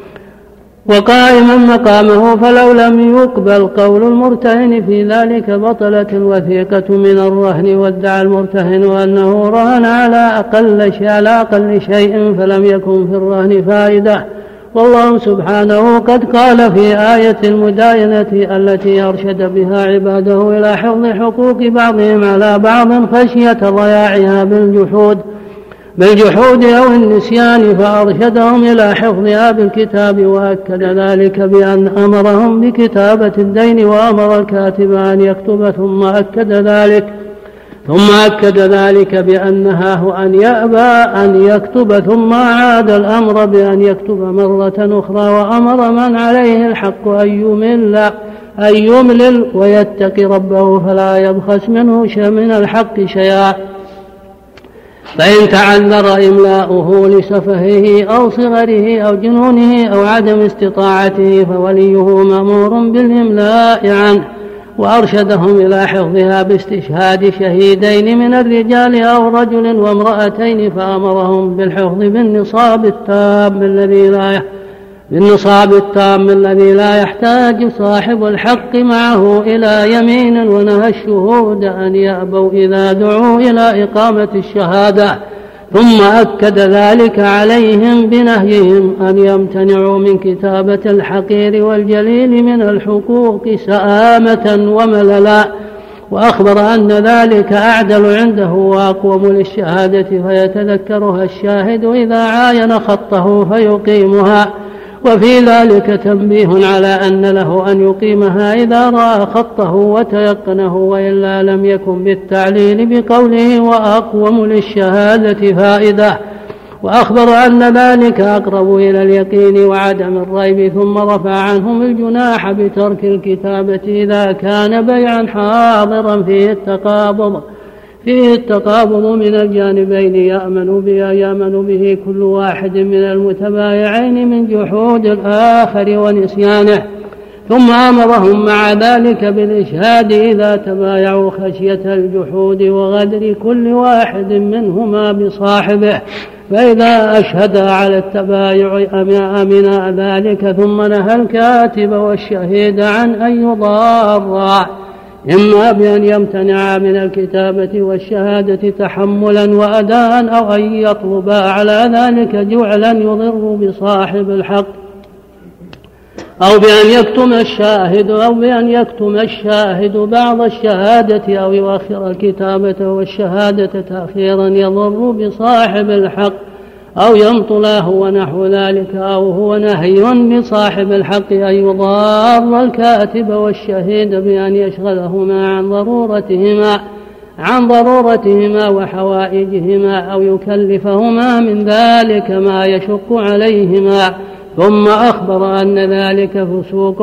وقائما مقامه، فلو لم يقبل قول المرتهن في ذلك بطلت الوثيقة من الرهن، وادعى المرتهن أنه رهن على أقل شيء, على أقل شيء فلم يكن في الرهن فائدة. والله سبحانه قد قال في آية المداينة التي أرشد بها عباده إلى حفظ حقوق بعضهم على بعض خشية ضياعها بالجحود بالجحود أو النسيان، فأرشدهم إلى حفظها بالكتاب، وأكد ذلك بأن أمرهم بكتابة الدين وأمر الكاتب أن يكتب، ثم أكد ذلك ثم أكد ذلك بأنها أن يأبى أن يكتب، ثم عاد الأمر بأن يكتب مرة أخرى، وأمر من عليه الحق أن يمل أن يملل ويتقي ربه فلا يبخس منه من الحق شيئا، فإن تعذر إملاؤه لسفهه أو صغره أو جنونه أو عدم استطاعته فوليه مأمور بالإملاء عنه، وأرشدهم إلى حفظها باستشهاد شهيدين من الرجال أو رجل وامرأتين، فأمرهم بالحفظ بالنصاب التام الذي لا بالنصاب التام الذي لا يحتاج صاحب الحق معه إلى يمين، ونهى الشهود أن يأبوا إذا دعوا إلى إقامة الشهادة، ثم أكد ذلك عليهم بنهيهم أن يمتنعوا من كتابة الحقير والجليل من الحقوق سآمة ومللا، وأخبر أن ذلك أعدل عنده وأقوم للشهادة فيتذكرها الشاهد إذا عاين خطه فيقيمها. وفي ذلك تنبيه على أن له أن يقيمها إذا رأى خطه وتيقنه، وإلا لم يكن بالتعليل بقوله وأقوم للشهادة فائدة، وأخبر أن ذلك أقرب إلى اليقين وعدم الريب، ثم رفع عنهم الجناح بترك الكتابة إذا كان بيعا حاضرا فيه التقابض فيه التقابض من الجانبين يأمن به يأمن به كل واحد من المتبايعين من جحود الآخر ونسيانه، ثم أمرهم مع ذلك بالإشهاد إذا تبايعوا خشية الجحود وغدر كل واحد منهما بصاحبه، فإذا أشهد على التبايع أمن ذلك، ثم نهى الكاتب والشهيد عن أن يضارا، إما بأن يمتنع من الكتابة والشهادة تحملا وأداء، أو أن يطلب على ذلك جعلا يضر بصاحب الحق، أو بأن يكتم الشاهد أو بأن يكتم الشاهد بعض الشهادة، أو يؤخر الكتابة والشهادة تأخيرا يضر بصاحب الحق، أو يمطله ونحو ذلك، أو هو نهي بصاحب الحق أن يضار الكاتب والشهيد بأن يشغلهما عن ضرورتهما عن ضرورتهما وحوائجهما، أو يكلفهما من ذلك ما يشق عليهما، ثم أخبر أن ذلك فسوق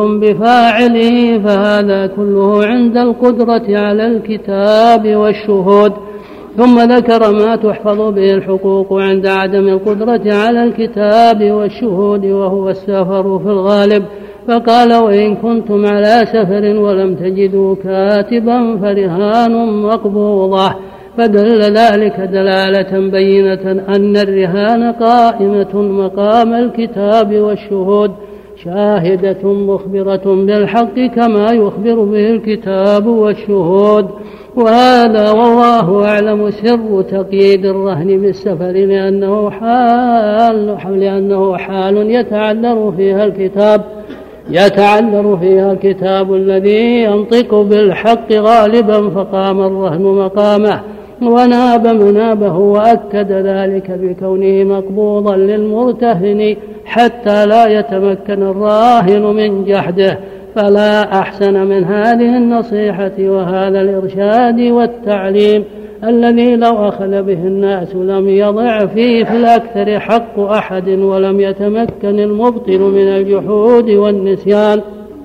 بفاعله، فهذا كله عند القدرة على الكتاب والشهود. ثم ذكر ما تحفظ به الحقوق عند عدم القدرة على الكتاب والشهود وهو السفر في الغالب، فقال وإن كنتم على سفر ولم تجدوا كاتبا فرهان مقبوضة، فدل ذلك دلالة بينة أن الرهان قائمة مقام الكتاب والشهود شاهدة مخبرة بالحق كما يخبر به الكتاب والشهود. وهذا والله أعلم سر تقييد الرهن بالسفر، لأنه حال, لأنه حال يتعذر فيها الكتاب يتعذر فيها الكتاب الذي ينطق بالحق غالبا، فقام الرهن مقامه وناب منابه، وأكد ذلك بكونه مقبوضا للمرتهن حتى لا يتمكن الراهن من جحده. فلا أحسن من هذه النصيحة وهذا الإرشاد والتعليم الذي لو أخذ به الناس لم يضع فيه في الأكثر حق أحد، ولم يتمكن المبطل من الجحود والنسيان.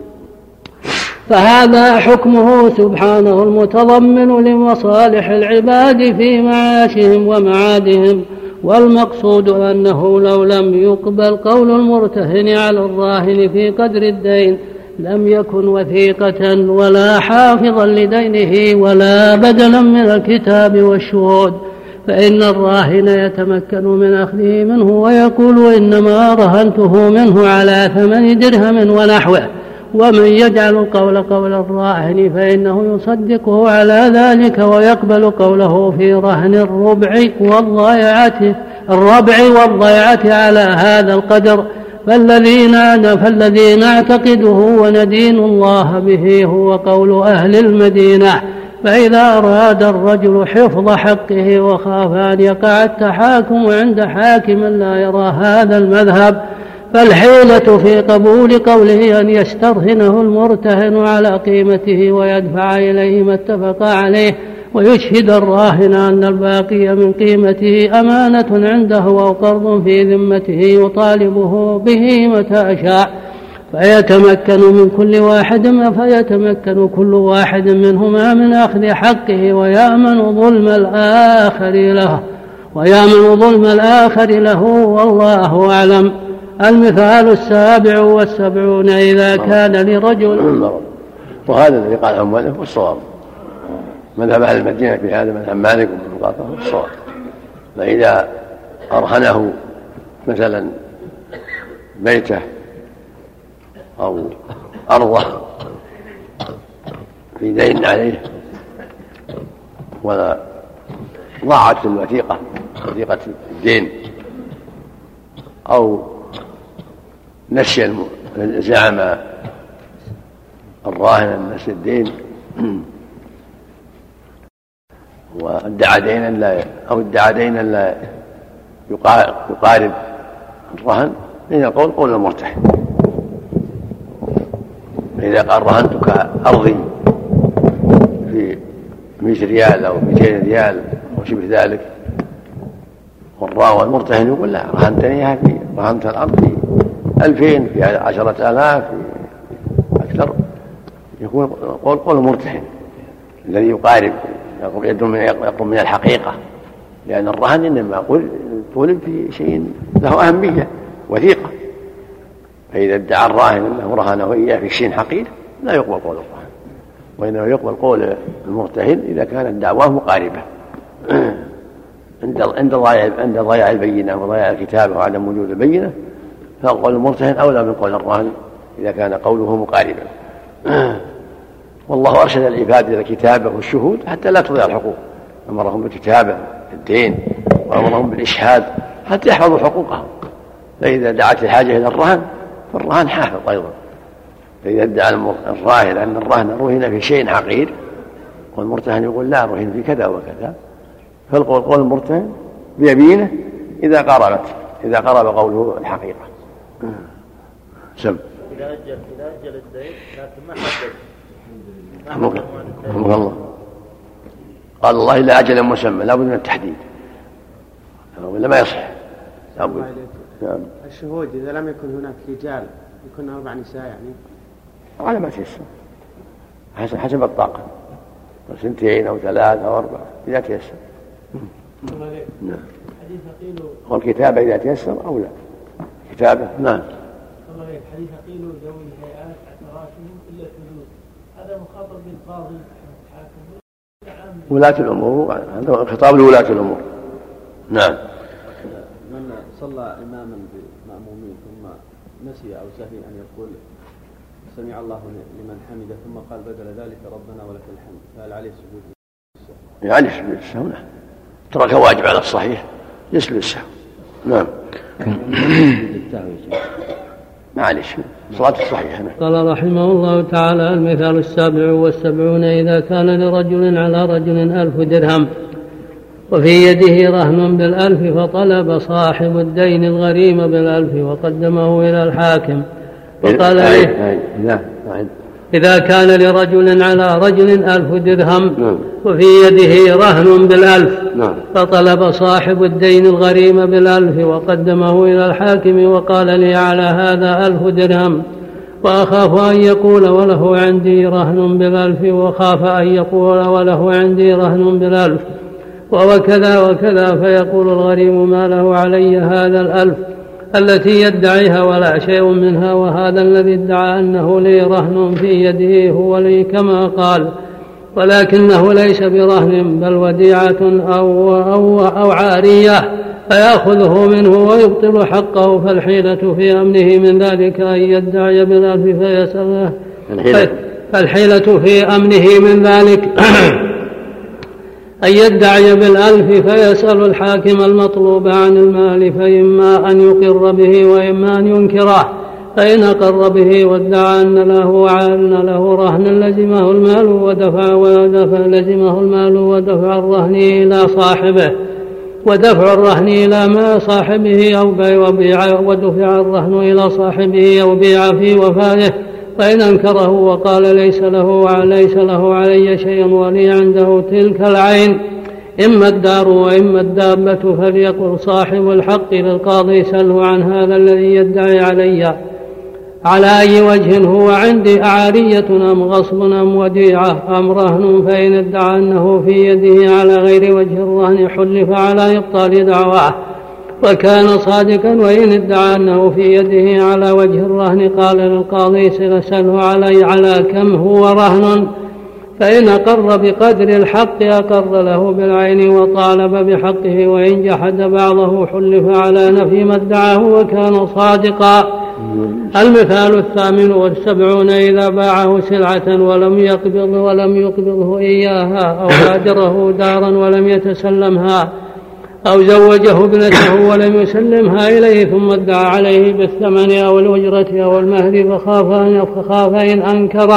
فهذا حكمه سبحانه المتضمن لمصالح العباد في معاشهم ومعادهم. والمقصود أنه لو لم يقبل قول المرتهن على الراهن في قدر الدين لم يكن وثيقة ولا حافظا لدينه ولا بدلا من الكتاب والشهود، فإن الراهن يتمكن من أخذه منه ويقول إنما رهنته منه على ثمن درهم ونحوه. ومن يجعل القول قول الراهن فإنه يصدقه على ذلك ويقبل قوله في رهن الربع والضيعة الربع والضيعة على هذا القدر. فالذي فالذي نعتقده وندين الله به هو قول أهل المدينة. فإذا أراد الرجل حفظ حقه وخاف أن يقع التحاكم عند حاكم لا يرى هذا المذهب، فالحيلة في قبول قوله أن يسترهنه المرتهن على قيمته ويدفع إليه ما اتفق عليه، ويشهد الراهن أن الباقي من قيمته أمانة عنده أو قرض في ذمته يطالبه به متى شاء، فيتمكن من كل واحد ما فيتمكن كل واحد منهما من أخذ حقه ويأمن ظلم الآخر له ويأمن ظلم الآخر له والله أعلم. المثال السابع والسبعون إذا كان لرجل، وهذا الذي قال عن مالك والصواب، مذهب أهل المدينة في هذا مذهب مالك وابن قاطع والصواب. فإذا أرهنه مثلا بيته أو أرضه في دين عليه وضاعت الوثيقة وثيقة الدين أو نسي زعم الراهن أن نسي الدين وادعى دينا لا أو ادعى دينا لا يقارب الرهن، إن القول قول المرتهن. فإذا قال رهنتك أرضي في مئة ريال أو مئتين ريال أو شبه ذلك، والراوي المرتهن يقول لا، رهنتنيها في رهنت الأرض في ألفين في عشرة آلاف في أكثر، يكون قول قول المرتهن الذي يقارب يقوم من الحقيقة، لأن الرهن إنما طولب في شيء له أهمية وثيقة. فإذا ادعى الراهن أنه رهنه إياه في شيء حقير لا يقبل قول الراهن، وإنما يقبل قول المرتهن إذا كانت دعواه مقاربة عند عند ضياع البينة وضياع الكتابة وعدم وجود البينة، فقول المرتهن أولى من قول الراهن إذا كان قوله مقاربا. والله أرشد العباد إلى الكتابة والشهود حتى لا تضيع الحقوق، أمرهم بالكتابة الدين وأمرهم بالإشهاد حتى يحفظوا حقوقهم. فإذا دعت الحاجة إلى الرهن فالرهن حافظ أيضا. فإذا ادعى الراهن أن الرهن رهن في شيء حقير والمرتهن يقول لا، رهن في كذا وكذا، فالقول قول المرتهن بيمينه إذا قربت إذا قرب قوله الحقيقة. سم إذا أجل إذا أجل الدين لكن ما حدد رحمك الله. قال الله إلا أجل مسمى لا بد من التحديد ولا ما يصح. الشهود إذا لم يكن هناك رجال يكون أربع نساء يعني على ما تيسر حسب حسب الطاقة، سنتين أو ثلاث أو أربع إذا تيسر. نعم. والكتابة إذا تيسر أو لا كتابة. نعم. حديث قيل ذوي الهيئات اعترافهم إلا الحدود، هذا مخاطب بالقاضي الحاكم ولاة الأمور، هذا خطاب لولاة الأمور. نعم. من صلى إماما بمأمومين ثم نسي أو سهي أن يقول سمع الله لمن حمده ثم قال بدل ذلك ربنا ولك الحمد، فهل عليه سجود السهو؟ يعني سجود السهو نعم، ترك واجب على الصحيح يسجد السهو. نعم. معلش صلاة الصحيحة. قال رحمه الله تعالى: المثال السابع والسبعون إذا كان لرجل على رجل ألف درهم وفي يده رهن بالألف فطلب صاحب الدين الغريم بالألف وقدمه إلى الحاكم وقال له: إذا كان لرجل على رجل ألف درهم وفي يده رهن بالألف فطلب صاحب الدين الغريم بالألف وقدمه إلى الحاكم وقال لي على هذا ألف درهم وأخاف أن يقول وله عندي رهن بالألف وخاف أن يقول وله عندي رهن بالألف وكذا وكذا، فيقول الغريم: ما له علي هذا الألف التي يدعيها ولا شيء منها، وهذا الذي ادعى أنه لي رهن في يده هو لي كما قال، ولكنه ليس برهن بل وديعة أو, أو, أو عارية، فيأخذه منه ويبطل حقه. فالحيلة في أمنه من ذلك أن يدعي بالألف فيسأله، فالحيلة في أمنه من ذلك أن يدعي بالألف فيسأل الحاكم المطلوب عن المال، فإما أن يقر به وإما أن ينكره، فإن أقر به وادعى أن له أن له رهن لزمه المال ودفع ودفع لزمه المال ودفع الرهن إلى صاحبه ودفع الرهن إلى ما صاحبه أو بيع ودفع الرهن إلى صاحبه أو بيع في وفاته، فإن أنكره وقال ليس له ليس له علي شيء ولي عنده تلك العين إما الدار وإما الدابة، فليقل صاحب الحق للقاضي: سله عن هذا الذي يدعي علي على أي وجه هو عندي، أعارية أم غصب أم وديعة أم رهن؟ فإن ادعى أنه في يده على غير وجه الرهن حلف على إبطال دعواه وكان صادقا، وإن ادعى أنه في يده على وجه الرهن قال للقاضي: سله علي على كم هو رهن، فإن أقر بقدر الحق أقر له بالعين وطالب بحقه، وإن جحد بعضه حلف على نفي ما ادعاه وكان صادقا. المثال الثامن والسبعون إذا باعه سلعة ولم يقبض ولم يقبضه إياها أو هاجره دارا ولم يتسلمها أو زوجه ابنته ولم يسلمها إليه ثم ادعى عليه بالثمن أو الأجرة أو المهر فخاف إن أنكر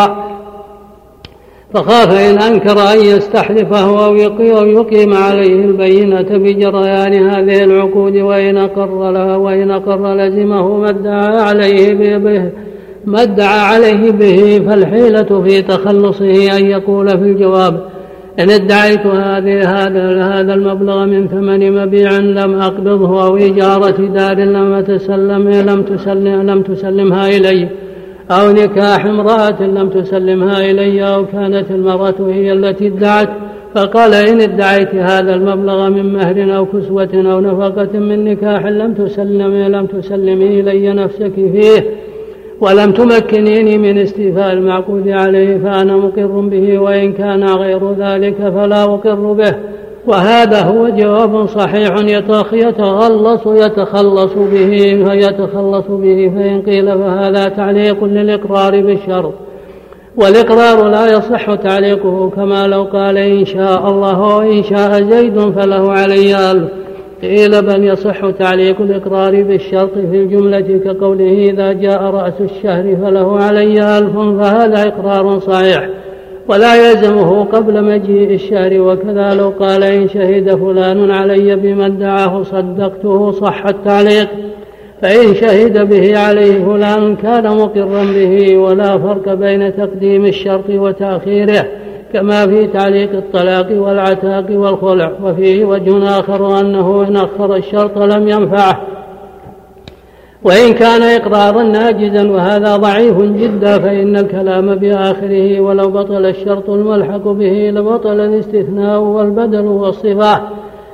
فخاف إن أنكر أن يستحلفه أو يقيم عليه البينة بجريان هذه العقود، وإن أقر لها وإن أقر لزمه ما ادعى عليه به ما ادعى عليه به فالحيلة في تخلصه أن يقول في الجواب: إن ادعيت هذه هذا هذا المبلغ من ثمن مبيع لم أقبضه أو إجارة دار لم تسلم لم تسلم لم تسلمها إلي، أو نكاح امرأة لم تسلمها إلي، أو كانت المرأة هي التي ادعت، فقال: إن ادعيت هذا المبلغ من مهر أو كسوة أو نفقة من نكاح لم تسلمي لم تسلمي إلي نفسك فيه ولم تمكنيني من استيفاء المعقود عليه فأنا مقر به، وإن كان غير ذلك فلا أقر به. وهذا هو جواب صحيح يتخلص يتخلص به يتخلص به فإن قيل فهذا تعليق للإقرار بالشرط، والإقرار لا يصح تعليقه، كما لو قال: إن شاء الله وإن شاء زيد فله علي ألف. قيل: بل يصح تعليق الإقرار بالشرط في الجملة كقوله: إذا جاء رأس الشهر فله علي ألف، فهذا إقرار صحيح ولا يلزمه قبل مجيء الشهر. وكذا لو قال: إن شهد فلان علي بما ادعاه صدقته، صح التعليق، فإن شهد به عليه فلان كان مقرا به، ولا فرق بين تقديم الشرط وتأخيره، كما في تعليق الطلاق والعتاق والخلع. وفيه وجه آخر أنه إن أخر الشرط لم ينفعه وإن كان إقرارا ناجزا، وهذا ضعيف جدا، فإن الكلام بآخره ولو بطل الشرط الملحق به لبطل الاستثناء والبدل والصفة،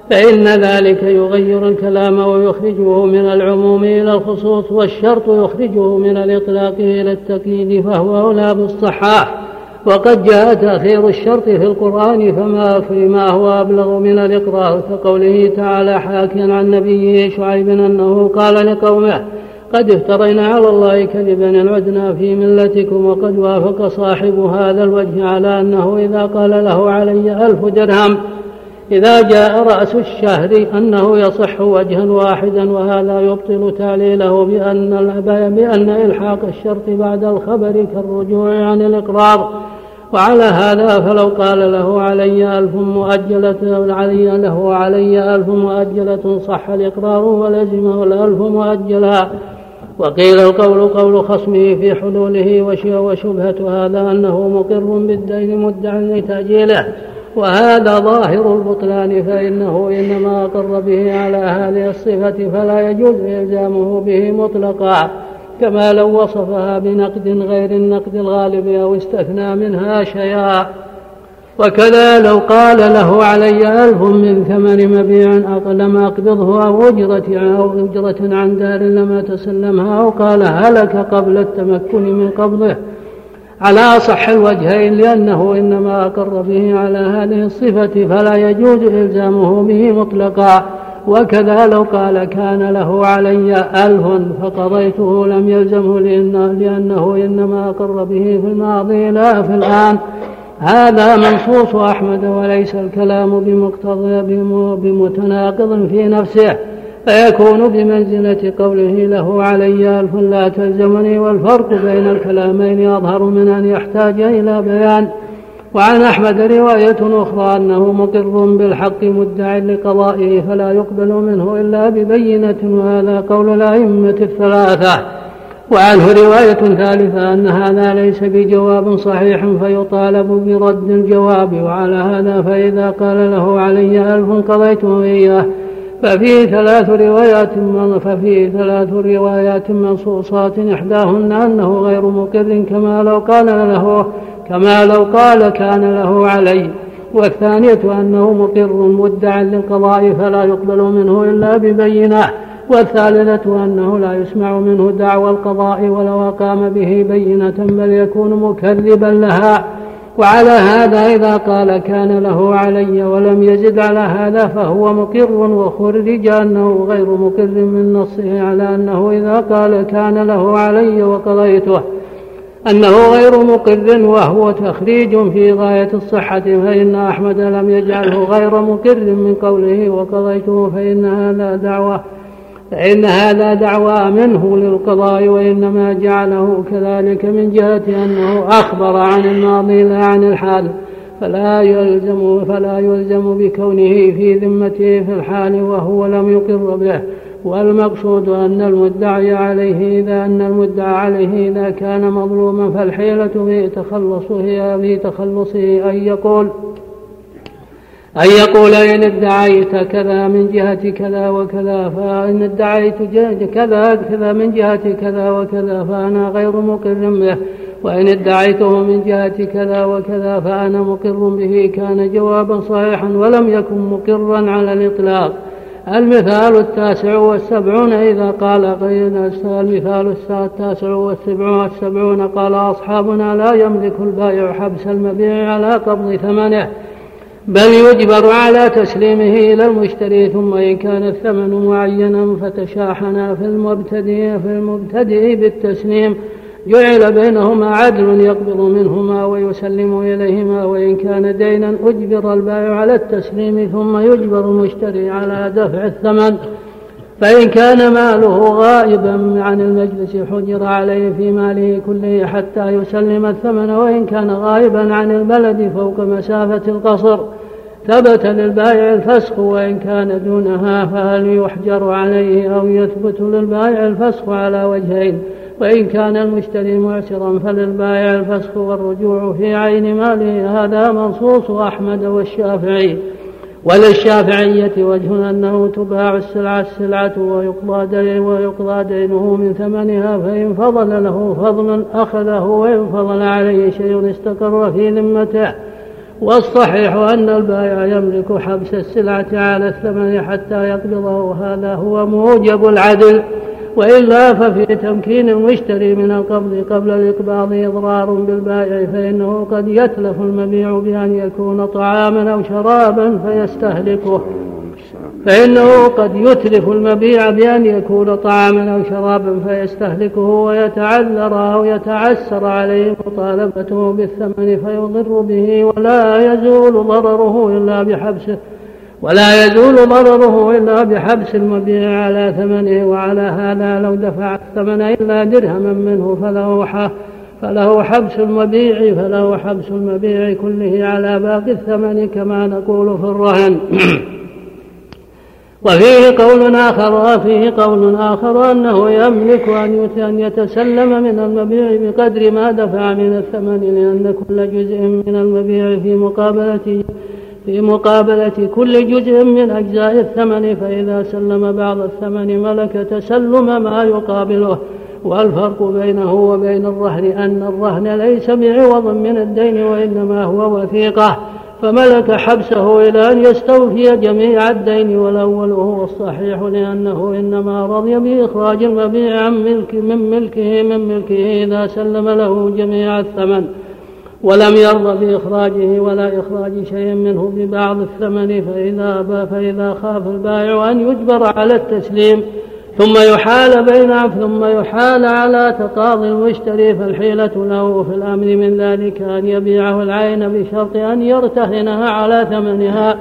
فإن ذلك يغير الكلام ويخرجه من العموم إلى الخصوص، والشرط يخرجه من الإطلاق إلى التقييد، فهو أولى بالصحاح. وقد جاء تأخير الشرط في القرآن فما فيما هو أبلغ من الإقرار، كقوله تعالى حاكيا عن نبيه شعيب أنه قال لقومه قد افترينا على الله كذبا إن عدنا في ملتكم. وقد وافق صاحب هذا الوجه على أنه إذا قال له علي ألف درهم إذا جاء رأس الشهر أنه يصح وجها واحدا، وهذا يبطل تعليله بأن, بأن إلحاق الشرط بعد الخبر كالرجوع عن الإقرار. وعلى هذا فلو قال له علي ألف مؤجلة علي له علي ألف مؤجلة صح الإقرار ولزمه الألف مؤجلا. وقيل القول قول خصمه في حلوله، وشبهة هذا أنه مقر بالدين مدعا لتأجيله، وهذا ظاهر البطلان، فإنه إنما أقر به على هذه الصفة فلا يجوز إلزامه به مطلقا، كما لو وصفها بنقد غير النقد الغالب أو استثنى منها شيئا. وكذا لو قال له علي ألف من ثمن مبيع لم أقبضه أو أجرة أو أجرة عن دار لما تسلمها، أو قال هلك قبل التمكن من قبضه، على أصح الوجهين، لأنه إنما أقر به على هذه الصفة فلا يجوز إلزامه به مطلقا. وكذا لو قال كان له علي ألف فقضيته لم يلزمه، لأنه إنما أقر به في الماضي لا في الآن. هذا منصوص أحمد، وليس الكلام بمقتضى بمتناقض في نفسه، فيكون بمنزلة قوله له علي ألف لا تلزمني. والفرق بين الكلامين أظهر من أن يحتاج إلى بيان. وعن أحمد رواية أخرى أنه مقر بالحق مدع لقضائه فلا يقبل منه إلا ببينة، وهذا قول الأئمة الثلاثة. وعنه رواية ثالثة أن هذا ليس بجواب صحيح فيطالب برد الجواب. وعلى هذا فإذا قال له علي ألف قضيته إياه ففي ثلاث روايات ففي ثلاث روايات منصوصات، إحداهن أنه غير مقر كما لو قال له كما لو قال كان له علي، والثانية أنه مقر مدع للقضاء فلا يقبل منه إلا ببينة، والثالثة أنه لا يسمع منه دعوى القضاء ولو قام به بينة بل يكون مكذبا لها. وعلى هذا إذا قال كان له علي ولم يزد على هذا فهو مقر، وخرج أنه غير مقر من نصه على أنه إذا قال كان له علي وقضيته أنه غير مقر، وهو تخريج في غاية الصحة. فإن أحمد لم يجعله غير مقر من قوله وقضيته، فإن هذا دعوة فإن هذا دعوى منه للقضاء، وإنما جعله كذلك من جهة أنه أخبر عن الماضي لا عن الحال، فلا يلزم فلا يلزم بكونه في ذمته في الحال وهو لم يقر به. والمقصود أن المدعي عليه إذا أن المدعى عليه إذا كان مظلوما فالحيلة في تخلصه في تخلصه أن يقول أن يقول إن ادعيت كذا من جهة كذا وكذا فإن ادعيت كذا كذا من جهة كذا وكذا فأنا غير مقر به، وإن ادعيته من جهة كذا وكذا فأنا مقر به، كان جوابا صحيحا ولم يكن مقرا على الإطلاق. المثال التاسع والسبعون إذا قال المثال التاسع والسبعون قال أصحابنا لا يملك البائع حبس المبيع على قبض ثمنه، بل يجبر على تسليمه إلى المشتري، ثم إن كان الثمن معينا فتشاحنا في المبتدئ في المبتدئ بالتسليم جعل بينهما عدل يقبض منهما ويسلم إليهما، وإن كان دينا أجبر البائع على التسليم ثم يجبر المشتري على دفع الثمن. فإن كان ماله غائبا عن المجلس حجر عليه في ماله كله حتى يسلم الثمن، وإن كان غائبا عن البلد فوق مسافة القصر ثبت للبائع الفسخ، وإن كان دونها فهل يحجر عليه أو يثبت للبائع الفسخ على وجهين، وإن كان المشتري معسرا فللبائع الفسخ والرجوع في عين ماله. هذا منصوص أحمد والشافعي. وللشافعية وجه أنه تباع السلعة السلعة ويقضى دين ويقضى دينه من ثمنها، فإن فضل له فضل أخذه، وإن فضل عليه شيء استقر في ذمته. والصحيح أن البائع يملك حبس السلعة على الثمن حتى يقبضه، هذا هو موجب العدل، وإلا ففي تمكين المشتري من القبض قبل الإقباض إضرار بالبائع، فإنه قد يتلف المبيع بأن يكون طعاما أو شرابا فيستهلكه فإنه قد يتلف المبيع بأن يكون طعاما أو شرابا فيستهلكه ويتعذر أو يتعسر عليه مطالبته بالثمن فيضر به، ولا يزول ضرره إلا بحبسه ولا يزول ضرره إلا بحبس المبيع على ثمنه. وعلى هذا لو دفع الثمن إلا درهما منه فله فله حبس المبيع فله حبس المبيع كله على باقي الثمن كما نقول في الرهن. وفيه قول آخر وفيه قول آخر أنه يملك أن يتسلم من المبيع بقدر ما دفع من الثمن، لأن كل جزء من المبيع في مقابلة في مقابلة كل جزء من أجزاء الثمن، فإذا سلم بعض الثمن ملك تسلم ما يقابله. والفرق بينه وبين الرهن أن الرهن ليس بعوض من الدين وإنما هو وثيقة، فملك حبسه إلى أن يستوفي جميع الدين، والأول هو الصحيح لأنه إنما رضي بإخراج المبيع عن ملك من ملكه من ملكه إذا سلم له جميع الثمن، ولم يرضى بإخراجه ولا إخراج شيء منه ببعض الثمن، فإذا أبى فإذا خاف البائع أن يجبر على التسليم ثم يحال بين ثم يحال على تقاضي المشتري، فالحيلة له في الأمر من ذلك أن يبيعه العين بشرط أن يرتهنها على ثمنها.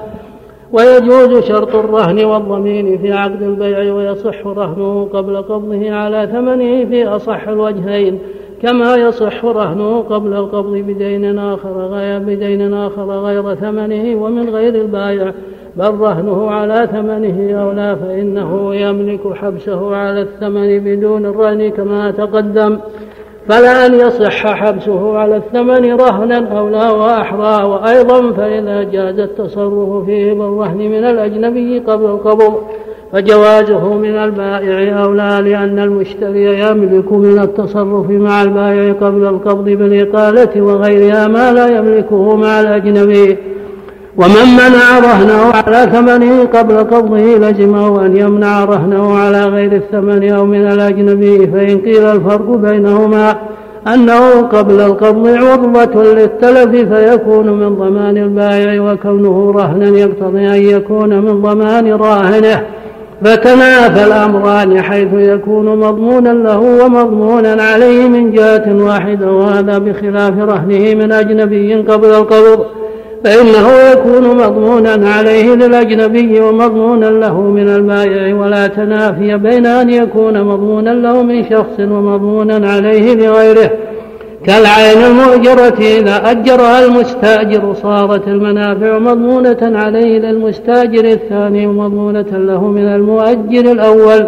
ويجوز شرط الرهن والضمين في عقد البيع، ويصح رهنه قبل قبضه على ثمنه في أصح الوجهين، كما يصح رهنه قبل القبض بدين آخر غير بدين آخر غير ثمنه ومن غير البائع، بل رهنه على ثمنه أولى، فإنه يملك حبسه على الثمن بدون الرهن كما تقدم، فلا أن يصح حبسه على الثمن رهنا أولى وأحرى. وأيضا فإذا جاز التصرف فيه بالرهن من الأجنبي قبل القبض فجوازه من البائع أولى، لأن المشتري يملك من التصرف مع البائع قبل القبض بالإقالة وغيرها ما لا يملكه مع الأجنبي. ومن منع رهنه على ثمنه قبل قبضه لزمه أن يمنع رهنه على غير الثمن أو من الأجنبي، فإن قيل الفرق بينهما أنه قبل القبض عرضة للتلف فيكون من ضمان البائع، وكونه رهنا يقتضي أن يكون من ضمان راهنه، فتنافى الأمران حيث يكون مضمونا له ومضمونا عليه من جهة واحدة، وهذا بخلاف رهنه من أجنبي قبل القبض، فإنه يكون مضمونا عليه للأجنبي ومضمونا له من البائع، ولا تنافي بين أن يكون مضمونا له من شخص ومضمونا عليه لغيره، كالعين المؤجرة إذا أجرها المستأجر صارت المنافع مضمونة عليه للمستأجر الثاني ومضمونة له من المؤجر الأول.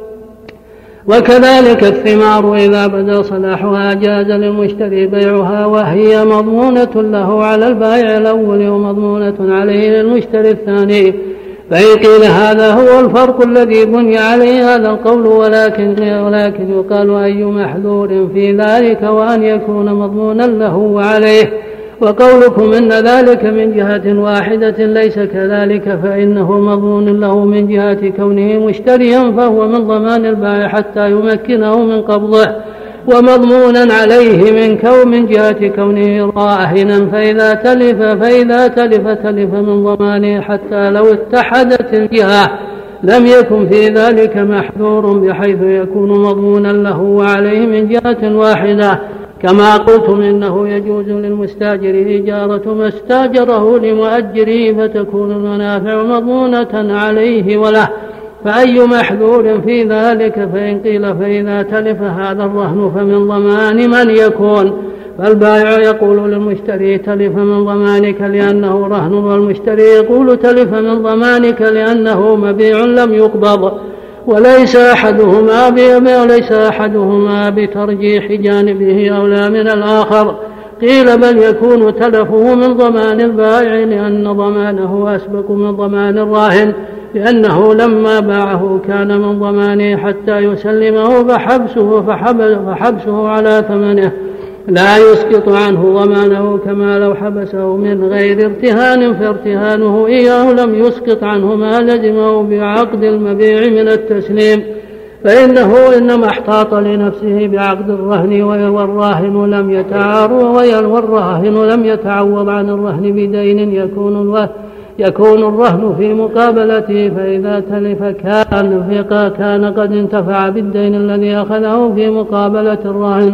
وكذلك الثمار إذا بدا صلاحها جاز للمشتري بيعها وهي مضمونة له على البائع الأول ومضمونة عليه للمشتري الثاني، فإن قيل هذا هو الفرق الذي بني عليه هذا القول، ولكن, ولكن يقال أي محذور في ذلك وأن يكون مضمونا له وعليه، وقولكم إن ذلك من جهة واحدة ليس كذلك، فإنه مضمون له من جهة كونه مشتريا فهو من ضمان البائع حتى يمكنه من قبضه، ومضمونا عليه من كون من جهة كونه راهنا، فإذا تلف فإذا تلف تلف من ضمانه حتى لو اتحدت الجهة لم يكن في ذلك محذور بحيث يكون مضمونا له وعليه من جهة واحدة. كما قلتم إنه يجوز للمستاجر إجارة ما استاجره لمؤجره فتكون المنافع مضمونة عليه وله، فأي محذور في ذلك؟ فإن قيل فإذا تلف هذا الرهن فمن ضمان من يكون، فالبائع يقول للمشتري تلف من ضمانك لأنه رهن، والمشتري يقول تلف من ضمانك لأنه مبيع لم يقبض، وليس أحدهما وليس أحدهما بترجيح جانبه أولى من الآخر. قيل بل يكون تلفه من ضمان البائع لأن ضمانه أسبق من ضمان الراهن، لأنه لما باعه كان من ضمانه حتى يسلمه فحبسه, فحبسه على ثمنه، لا يسقط عنه ضمانه كما لو حبسه من غير ارتهان، فارتهانه إياه لم يسقط عنه ما لزمه بعقد المبيع من التسليم، فإنه إنما احتاط لنفسه بعقد الرهن، والراهن لم يتعارض والراهن لم يتعوض عن الرهن بدين يكون يكون الرهن في مقابلته، فإذا تلف كان كان قد انتفع بالدين الذي أخذه في مقابلة الراهن.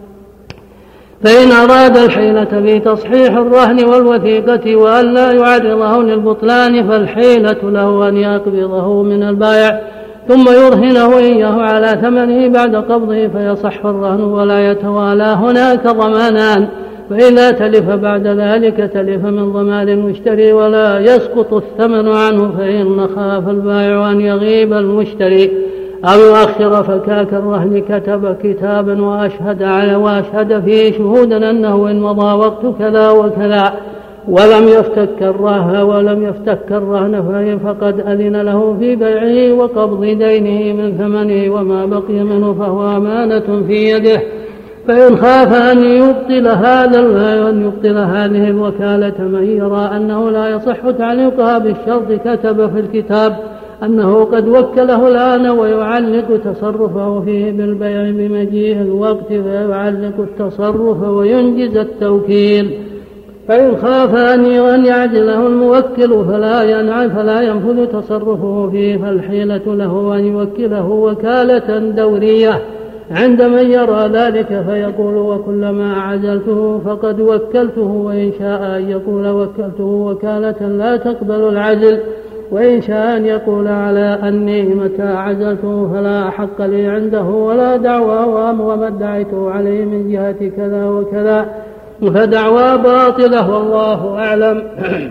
فإن أراد الحيلة في تصحيح الرهن والوثيقة وأن لا يعرضه للبطلان، فالحيلة له أن يقبضه من البائع ثم يرهنه إياه على ثمنه بعد قبضه فيصح الرهن ولا يتوالى هناك ضمانان. فإذا تلف بعد ذلك تلف من ضمان المشتري ولا يسقط الثمن عنه، فإن خاف البائع أن يغيب المشتري أو يؤخر فكاك الرهن كتب كتابا وأشهد على وأشهد فيه شهودا أنه إن مضى وقت كذا وكذا ولم يفتك الرهن ولم يفتك الرهن فقد أذن له في بيعه وقبض دينه من ثمنه، وما بقي منه فهو أمانة في يده. فإن خاف أن يبطل هذا أن يبطل هذه الوكالة من يرى أنه لا يصح تعليقها بالشرط كتب في الكتاب أنه قد وكله الآن ويعلق تصرفه فيه بالبيع بمجيء الوقت، فيعلق التصرف وينجز التوكيل. فإن خاف أن يعجله الموكل فلا ينع فلا ينفذ تصرفه فيه، فالحيلة له أن يوكله وكالة دورية عند من يرى ذلك فيقول وكلما عزلته فقد وكلته، وإن شاء أن يقول وكلته وكالة لا تقبل العزل، وإن شاء أن يقول على أني متى عزلته فلا حق لي عنده ولا دعوى وما ادعيته عليه من جهة كذا وكذا، فدعوى باطلة والله أعلم.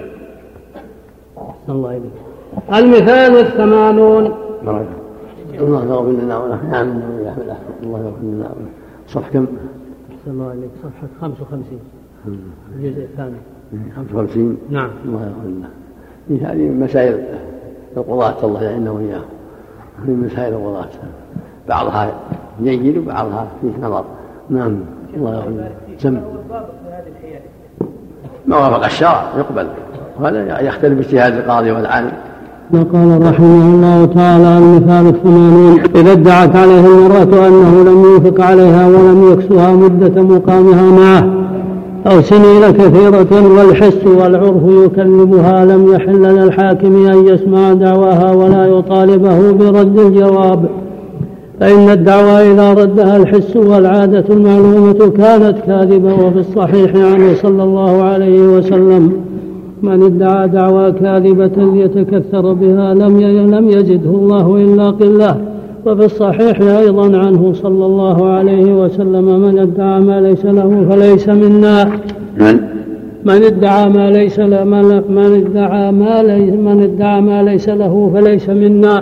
الله يبارك. المثال الثمانون. الله يغفر لنا ونفعنا الله يغفر لنا. صفحة كم؟ الله عليك صفحة خمسة وخمسين الجزء الثاني. خمسة وخمسين. نعم. الله يغفر لنا. هذه مسائل القضاة الله يعيننا وإياه. هذه مسائل القضاة بعضها جيد وبعضها فيه نظر. نعم. الله يغفر لنا. سم. ما وافق الشرع يقبل، وهذا يختلف باجتهاد القاضي والعالم. وقال رحمه الله تعالى المثال الثمانون: إذا ادعت عليه المرأة أنه لم ينفق عليها ولم يكسها مدة مقامها معه أو سنين كثيرة والحس والعرف يكذبها، لم يحل للحاكم أن يسمع دعواها ولا يطالبه برد الجواب، فإن الدعوى إذا ردها الحس والعادة المعلومة كانت كاذبة. وفي الصحيح عنه صلى الله عليه وسلم: من ادعى دعوى كاذبة يتكثر بها لم يزده الله إلا قلة. وفي الصحيح أيضا عنه صلى الله عليه وسلم: من ادعى ما ليس له فليس منا. من ادعى ما ليس له من ادعى ما ليس من ادعى ما ليس له فليس منا.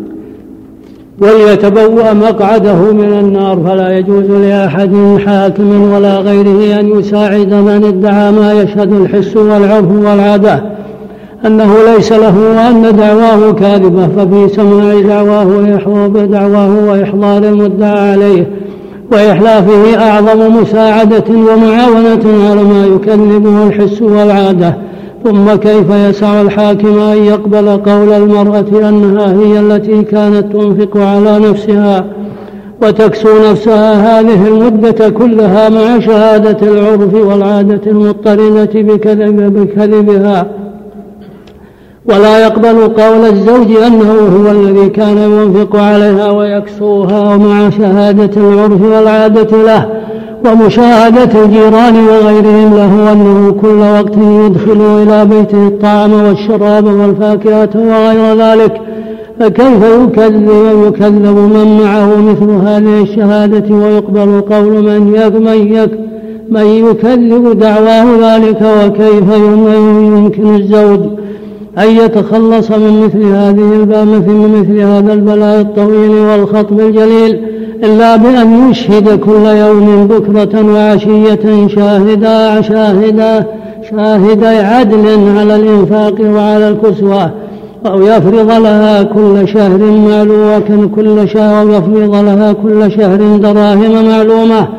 وليتبوأ مقعده من النار. فلا يجوز لأحد حاكم ولا غيره أن يساعد من ادعى ما يشهد الحس والعرف والعادة أنه ليس له وأن دعواه كاذبة، ففي سماع دعواه وإحضار بدعواه وإحضار المدعى عليه وإحلافه أعظم مساعدة ومعاونة على ما يكذبه الحس والعادة. ثم كيف يسع الحاكم أن يقبل قول المرأة أنها هي التي كانت تنفق على نفسها وتكسو نفسها هذه المدة كلها مع شهادة العرف والعادة المضطردة بكذب بكذبها، ولا يقبل قول الزوج أنه هو الذي كان ينفق عليها ويكسوها مع شهادة العرف والعادة له ومشاهدة الجيران وغيرهم له أنه كل وقت يدخل إلى بيته الطعام والشراب والفاكهة وغير ذلك. فكيف يكذب يكذب من معه مثل هذه الشهادة ويقبل قول من يك من يكذب دعواه ذلك؟ وكيف يمكن الزوج أن يتخلص من مثل هذه البلاء من مثل هذا البلاء الطويل والخطب الجليل إلا بأن يشهد كل يوم بكرة وعشية شاهدا شاهدا شاهد عدل على الإنفاق وعلى الكسوة، أو يفرض لها كل شهر معلومة كل شهر يفرض لها كل شهر دراهم معلومة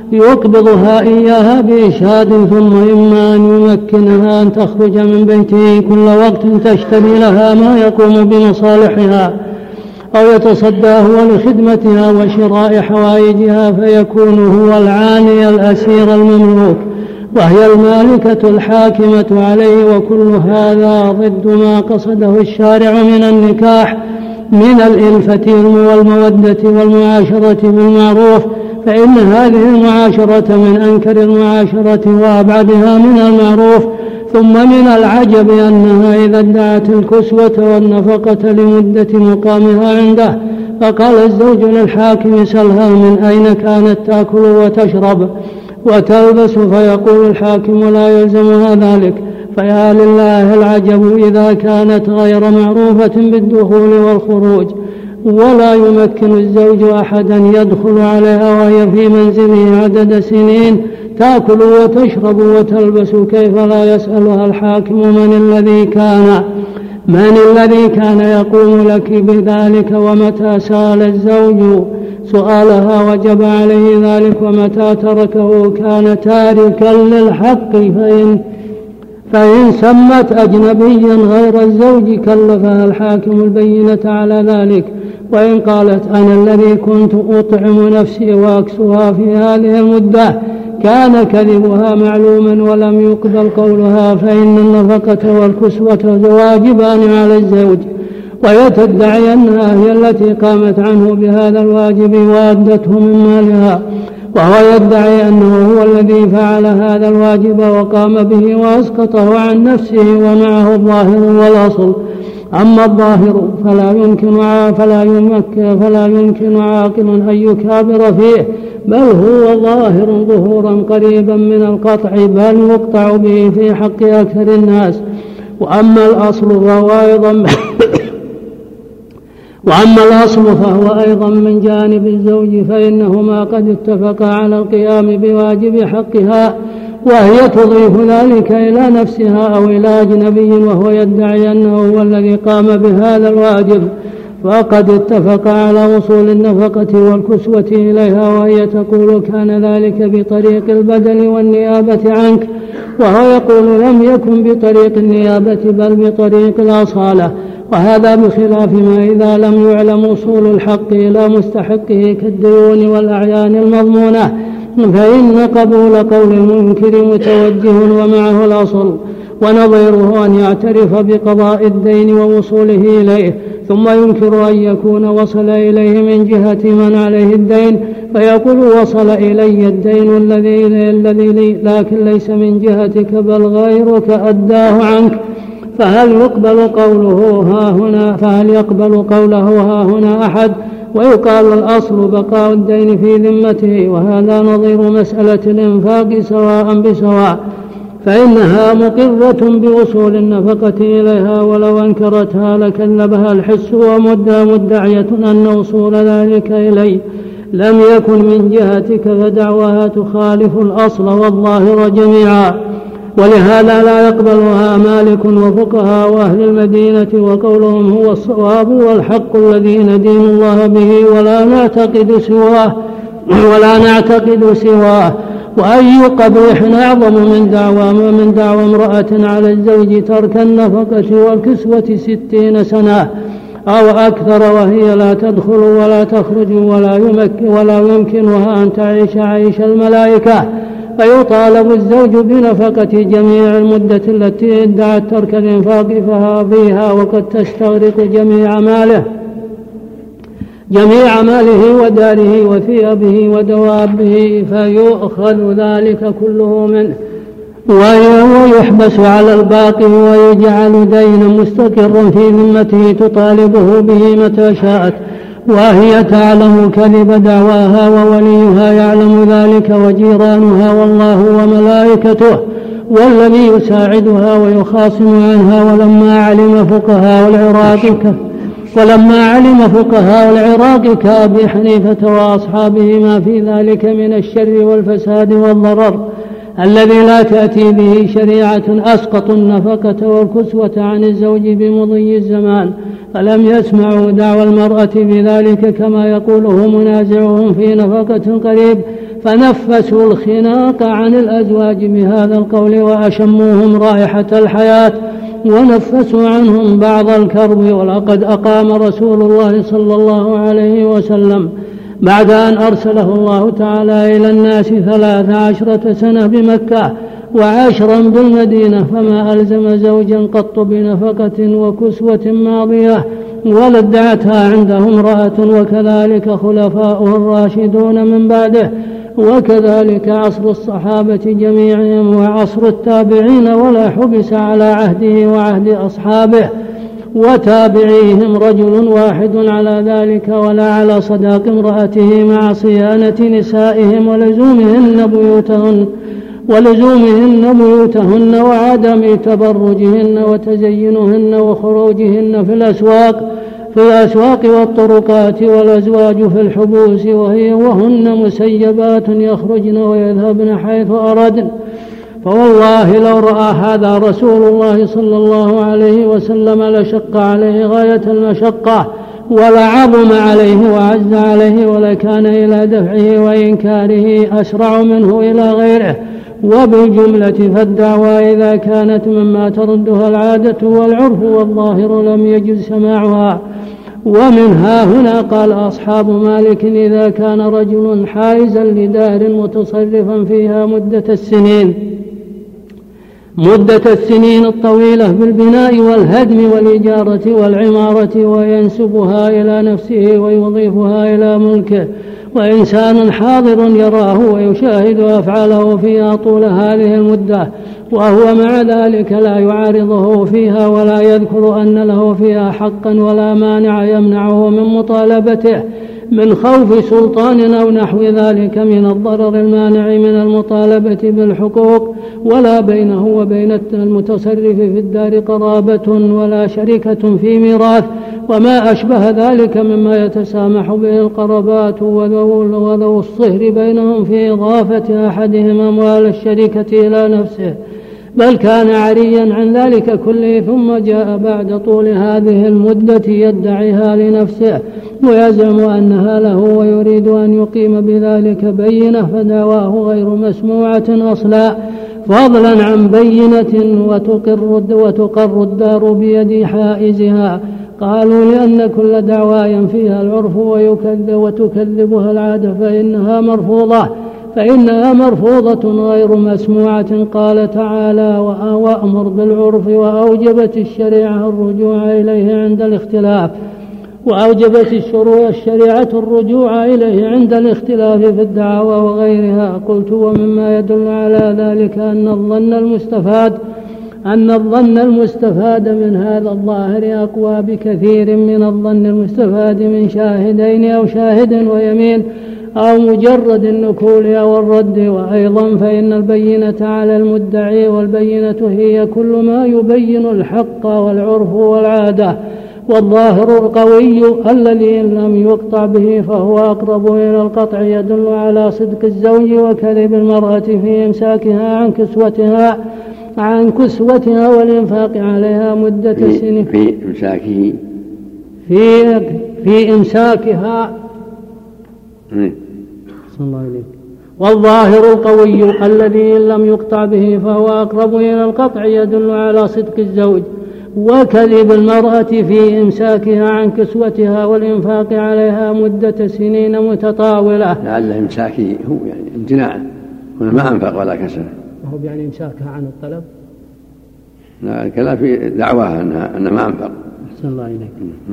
يقبضها إياها بإشهاد، ثم إما أن يمكنها أن تخرج من بيته كل وقت تشتري لها ما يقوم بمصالحها، أو يتصدى هو لخدمتها وشراء حوائجها فيكون هو العاني الأسير المملوك وهي المالكة الحاكمة عليه. وكل هذا ضد ما قصده الشارع من النكاح من الإلفة والمودة والمعاشرة بالمعروف، فإن هذه المعاشرة من أنكر المعاشرة وأبعدها من المعروف. ثم من العجب أنها إذا ادعت الكسوة والنفقة لمدة مقامها عنده فقال الزوج للحاكم سلها من أين كانت تأكل وتشرب وتلبس، فيقول الحاكم لا يلزمها ذلك. فيا لله العجب إذا كانت غير معروفة بالدخول والخروج، ولا يمكن الزوج أحدا يدخل عليها وهي في منزله عدد سنين تأكل وتشرب وتلبس، كيف لا يسألها الحاكم من الذي كان من الذي كان يقوم لك بذلك؟ ومتى سأل الزوج سؤالها وجب عليه ذلك، ومتى تركه كان تاركا للحق. فإن فإن سمت أجنبيا غير الزوج كلفها الحاكم البينة على ذلك. وإن قالت أنا الذي كنت أطعم نفسي وأكسوها في هذه المدة كان كذبها معلوما ولم يقبل قولها، فإن النفقة والكسوة واجبان على الزوج، وهي تدعي أنها هي التي قامت عنه بهذا الواجب وأدته من مالها، وهو يدعي أنه هو الذي فعل هذا الواجب وقام به وأسقطه عن نفسه، ومعه الظاهر والأصل. أما الظاهر فلا يمكن فلا يمكن فلا يمكن عاقل أن يكابر فيه، بل هو ظاهر ظهورا قريبا من القطع، بل يقطع به في حق أكثر الناس. وأما الأصل فهو أيضا وأما الأصل فهو أيضا من جانب الزوج، فإنهما قد اتفقا على القيام بواجب حقها، وهي تضيف ذلك إلى نفسها أو إلى أجنبي وهو يدعي أنه هو الذي قام بهذا الواجب، فقد اتفق على وصول النفقة والكسوة إليها، وهي تقول كان ذلك بطريق البدل والنيابة عنك، وهو يقول لم يكن بطريق النيابة بل بطريق الأصالة. وهذا بخلاف ما إذا لم يعلم وصول الحق إلى مستحقه كالديون والأعيان المضمونة، فإن قبول قول المنكر متوجه ومعه الأصل، ونظيره أن يعترف بقضاء الدين ووصوله إليه ثم ينكر أن يكون وصل إليه من جهة من عليه الدين، فيقول وصل إلي الدين الذي الذي لي لكن ليس من جهتك بل غيرك أداه عنك، فهل يقبل قوله ها هنا فهل يقبل قوله ها هنا أحد؟ ويقال الأصل بقاء الدين في ذمته، وهذا نظير مسألة الإنفاق سواء بسواء، فإنها مقرة بوصول النفقة إليها، ولو أنكرتها لكذبها الحس ومدى مدعية أن وصول ذلك إليه لم يكن من جهتك، فدعواها تخالف الأصل والظاهر جميعا. ولهذا لا يقبلها مالك وفقهاء وأهل المدينة، وقولهم هو الصواب والحق الذي ندين الله به ولا نعتقد سواه ولا نعتقد سواه. وأي قبيح أعظم من دعوى من دعوى امرأة على الزوج ترك النفقة والكسوة ستين سنة أو أكثر وهي لا تدخل ولا تخرج ولا يمكن ولا يمكنها أن تعيش عيش الملائكة، فيطالب الزوج بنفقة جميع المدة التي ادعت ترك الإنفاق فيها، وقد تستغرق جميع ماله جميع ماله وداره وثيابه ودوابه، فيؤخذ ذلك كله منه ويحبس على الباقي ويجعل دينا مستقرا في ذمته تطالبه به متى شاءت، وهي تعلم كذب دعواها ووليها يعلم ذلك وجيرانها والله وملائكته والذي يساعدها ويخاصم عنها. ولما علم فقهاء العراق ولما علم فقهاء العراق كأبي حنيفة وأصحابه ما في ذلك من الشر والفساد والضرر الذي لا تأتي به شريعة، أسقطوا النفقة والكسوة عن الزوج بمضي الزمان، فلم يسمعوا دعوى المرأة بذلك كما يقوله منازعهم في نفقة قريب، فنفسوا الخناق عن الأزواج بهذا القول وأشموهم رائحة الحياة ونفسوا عنهم بعض الكرب. ولقد أقام رسول الله صلى الله عليه وسلم بعد أن أرسله الله تعالى إلى الناس ثلاث عشرة سنة بمكة وعشرا بالمدينة، فما ألزم زوجا قط بنفقة وكسوة ماضية ولا ادعتها عنده امرأة، وكذلك خلفاؤه الراشدون من بعده، وكذلك عصر الصحابة جميعهم وعصر التابعين، ولا حبس على عهده وعهد أصحابه وتابعيهم رجل واحد على ذلك، ولا على صداق امرأته مع صيانة نسائهم ولزومهن بيوتهن ولزومهن بيوتهن وعدم تبرجهن وتزينهن وخروجهن في الأسواق في الأسواق والطرقات، والأزواج في الحبوس وهي وهن مسيبات يخرجن ويذهبن حيث أردن. فوالله لو رأى هذا رسول الله صلى الله عليه وسلم لشق عليه غاية المشقة ولعظم عليه وعز عليه، ولكان إلى دفعه وإنكاره أسرع منه إلى غيره. وبالجملة فالدعوى إذا كانت مما تردها العادة والعرف والظاهر لم يجز سماعها. ومنها هنا قال أصحاب مالك إذا كان رجل حائزا لدار متصرفا فيها مدة السنين مدة السنين الطويلة بالبناء والهدم والإجارة والعمارة وينسبها إلى نفسه ويضيفها إلى ملكه، وإنسان حاضر يراه ويشاهد أفعاله فيها طول هذه المدة وهو مع ذلك لا يعارضه فيها ولا يذكر أن له فيها حقا ولا مانع يمنعه من مطالبته من خوف سلطان أو نحو ذلك من الضرر المانع من المطالبة بالحقوق، ولا بينه وبين المتصرف في الدار قرابة ولا شركة في ميراث وما أشبه ذلك مما يتسامح به القرابات وذو الصهر بينهم في إضافة أحدهم أموال الشركة إلى نفسه، بل كان عريا عن ذلك كله، ثم جاء بعد طول هذه المدة يدعيها لنفسه ويزعم أنها له ويريد أن يقيم بذلك بينة، فدعواه غير مسموعة أصلا، فضلا عن بينة وتقر, وتقر الدار بيد حائزها. قالوا لأن كل دعوى ينفيها العرف ويكذب وتكذبها العادة فإنها مرفوضة فإنها مرفوضة غير مسموعة. قال تعالى وأمر بالعرف، وأوجبت الشريعة الرجوع إليه عند الاختلاف وأوجبت الشروع الشريعة الرجوع إليه عند الاختلاف في الدعوى وغيرها. قلت ومما يدل على ذلك أن الظن المستفاد أن الظن المستفاد من هذا الظاهر أقوى بكثير من الظن المستفاد من شاهدين أو شاهد ويمين أو مجرد النكول أو الرد. وأيضا فإن البينة على المدعي، والبينة هي كل ما يبين الحق والعرف والعادة، والظاهر القوي الذي إن لم يقطع به فهو أقرب إلى القطع يدل على صدق الزوج وكذب المرأة في إمساكها عن كسوتها عن كسوتها والإنفاق عليها مدة سنين في إمساكه في في إمساكها صلى الله عليه. والظاهر القوي الذي إن لم يقطع به فهو أقرب إلى القطع يدل على صدق الزوج وكذب المرأة في إمساكها عن كسوتها والإنفاق عليها مدة سنين متطاولة. لعل إمساكه هو يعني امتناع، هنا ما أنفق ولا كسب، هو يعني إمساكها عن الطلب. لا الكلام في دعواها أنها أن ما أنفق. أحسن الله إليك.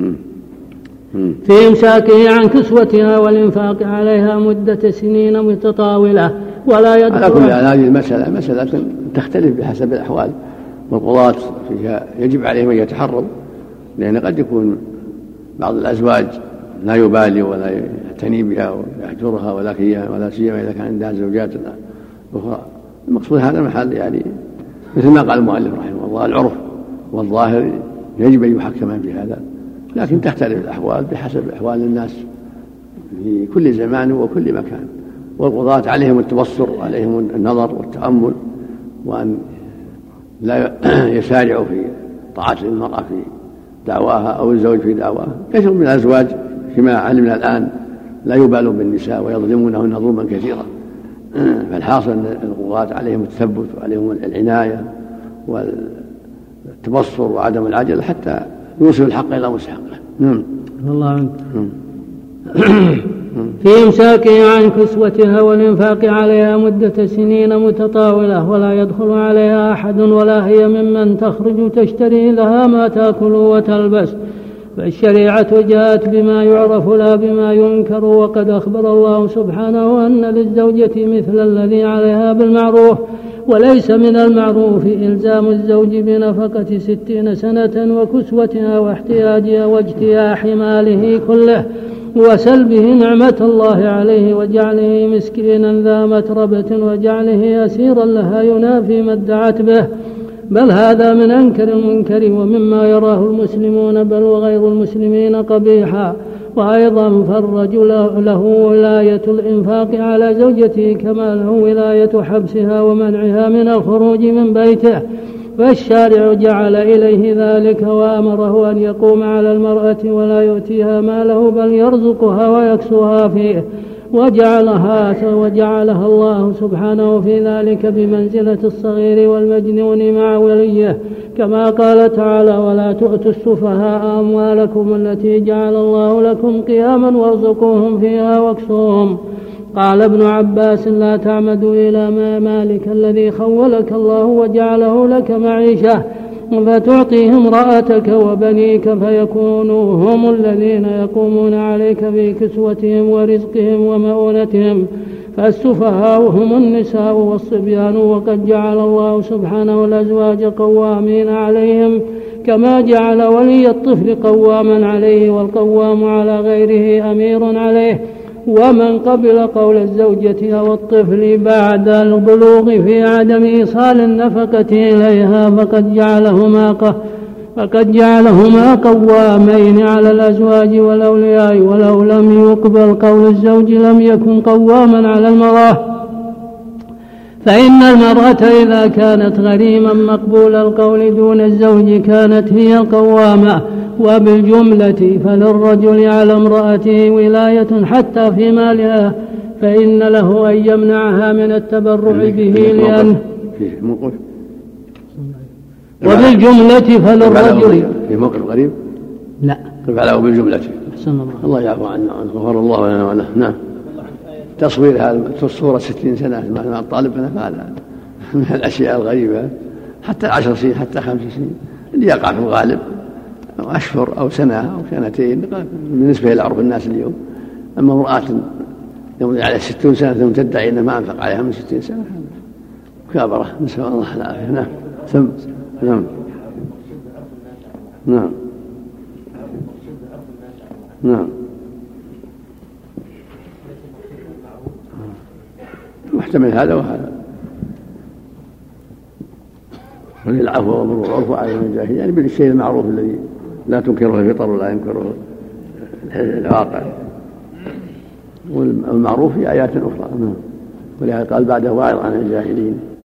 في إمساكه عن كسوتها والإنفاق عليها مدة سنين متطاولة. ولا يدخل على كل هذه المسألة مسألة تختلف بحسب الأحوال، والقضاة فيها يجب عليهم أن يتحروا، لأن قد يكون بعض الأزواج لا يبالي ولا يعتني بها ويحجرها ولا ولا سيما إذا كان عندها زوجات أخرى. المقصود هذا المحل يعني مثل ما قال المؤلف رحمه الله العرف والظاهر يجب أن يحكم في هذا، لكن تختلف الأحوال بحسب أحوال الناس في كل زمان وكل مكان. والقضاة عليهم التبصر وعليهم النظر والتأمل، وأن لا يسارعوا في طاعة المرأة في دعواها أو الزوج في دعواها. كثير من الأزواج كما علمنا الآن لا يبالون بالنساء ويظلمونهن ظلما كثيرا، فالحاصل أن القضاة عليهم التثبت وعليهم العناية والتبصر وعدم العجل حتى يوصل الحق إلى مستحقه. نعم. الله عنك. في إمساكه عن كسوتها والإنفاق عليها مدة سنين متطاولة ولا يدخل عليها أحد ولا هي ممن تخرج تشتري لها ما تأكل وتلبس، فالشريعة جاءت بما يعرف لا بما ينكر. وقد أخبر الله سبحانه أن للزوجة مثل الذي عليها بالمعروف، وليس من المعروف إلزام الزوج بنفقة ستين سنة وكسوتها واحتياجها واجتياح ماله كله وسلبه نعمة الله عليه وجعله مسكينا ذا متربة وجعله أسيرا لها ينافي ما ادعت به، بل هذا من أنكر المنكر ومما يراه المسلمون بل وغير المسلمين قبيحا. وأيضا فالرجل له ولاية الإنفاق على زوجته كما له ولاية حبسها ومنعها من الخروج من بيته، فالشارع جعل إليه ذلك وأمره أن يقوم على المرأة ولا يؤتيها ماله بل يرزقها ويكسوها فيه، وجعلها وجعلها الله سبحانه في ذلك بمنزلة الصغير والمجنون مع وليه، كما قال تعالى: ولا تؤتوا السفهاء أموالكم التي جعل الله لكم قياما وارزقوهم فيها واكسوهم. قال ابن عباس: لا تعمدوا إلى ما مالك الذي خولك الله وجعله لك معيشة فتعطيه امرأتك وبنيك فيكونوا هم الذين يقومون عليك بكسوتهم ورزقهم ومؤونتهم، فالسفهاء هم النساء والصبيان. وقد جعل الله سبحانه الأزواج قوامين عليهم كما جعل ولي الطفل قواما عليه، والقوام على غيره أمير عليه. ومن قبل قول الزوجة أو الطفل بعد البلوغ في عدم إيصال النفقة إليها فقد جعلهما فقد جعلهما قوامين على الأزواج والأولياء، ولو لم يقبل قول الزوج لم يكن قواما على المرأة، فإن المرأة إذا كانت غريما مقبول القول دون الزوج كانت هي القوامة. وبالجملة فللرجل على امرأته ولاية حتى في مالها، فإن له أن يمنعها من التبرع به لأنه وبالجملة فللرجل في موقف غريب لا فعله بالجملة. الله الله يعفو عنه غفر الله لنا وله. نعم. تصوير هذا الصورة ستين سنة مع الطالب هذا من الأشياء الغريبة، حتى عشر سنين حتى خمس سنين اللي يقع في الغالب أشهر أو سنة أو سنتين بالنسبة إلى عرف الناس اليوم. أما امرأة يمضي على ستون سنة ثم تدعي أنه ما أنفق عليها من ستين سنة كابرة، نسأل الله العافية. نعم. ثم نعم نعم نعم محتمل هذا وهذا، وللعفو والعرف على من الجاهلين، يعني بالشيء المعروف الذي لا تنكره الفطر ولا ينكره الواقع، والمعروف في آيات أخرى. ولهذا قال بعده: واعظ عن الجاهلين.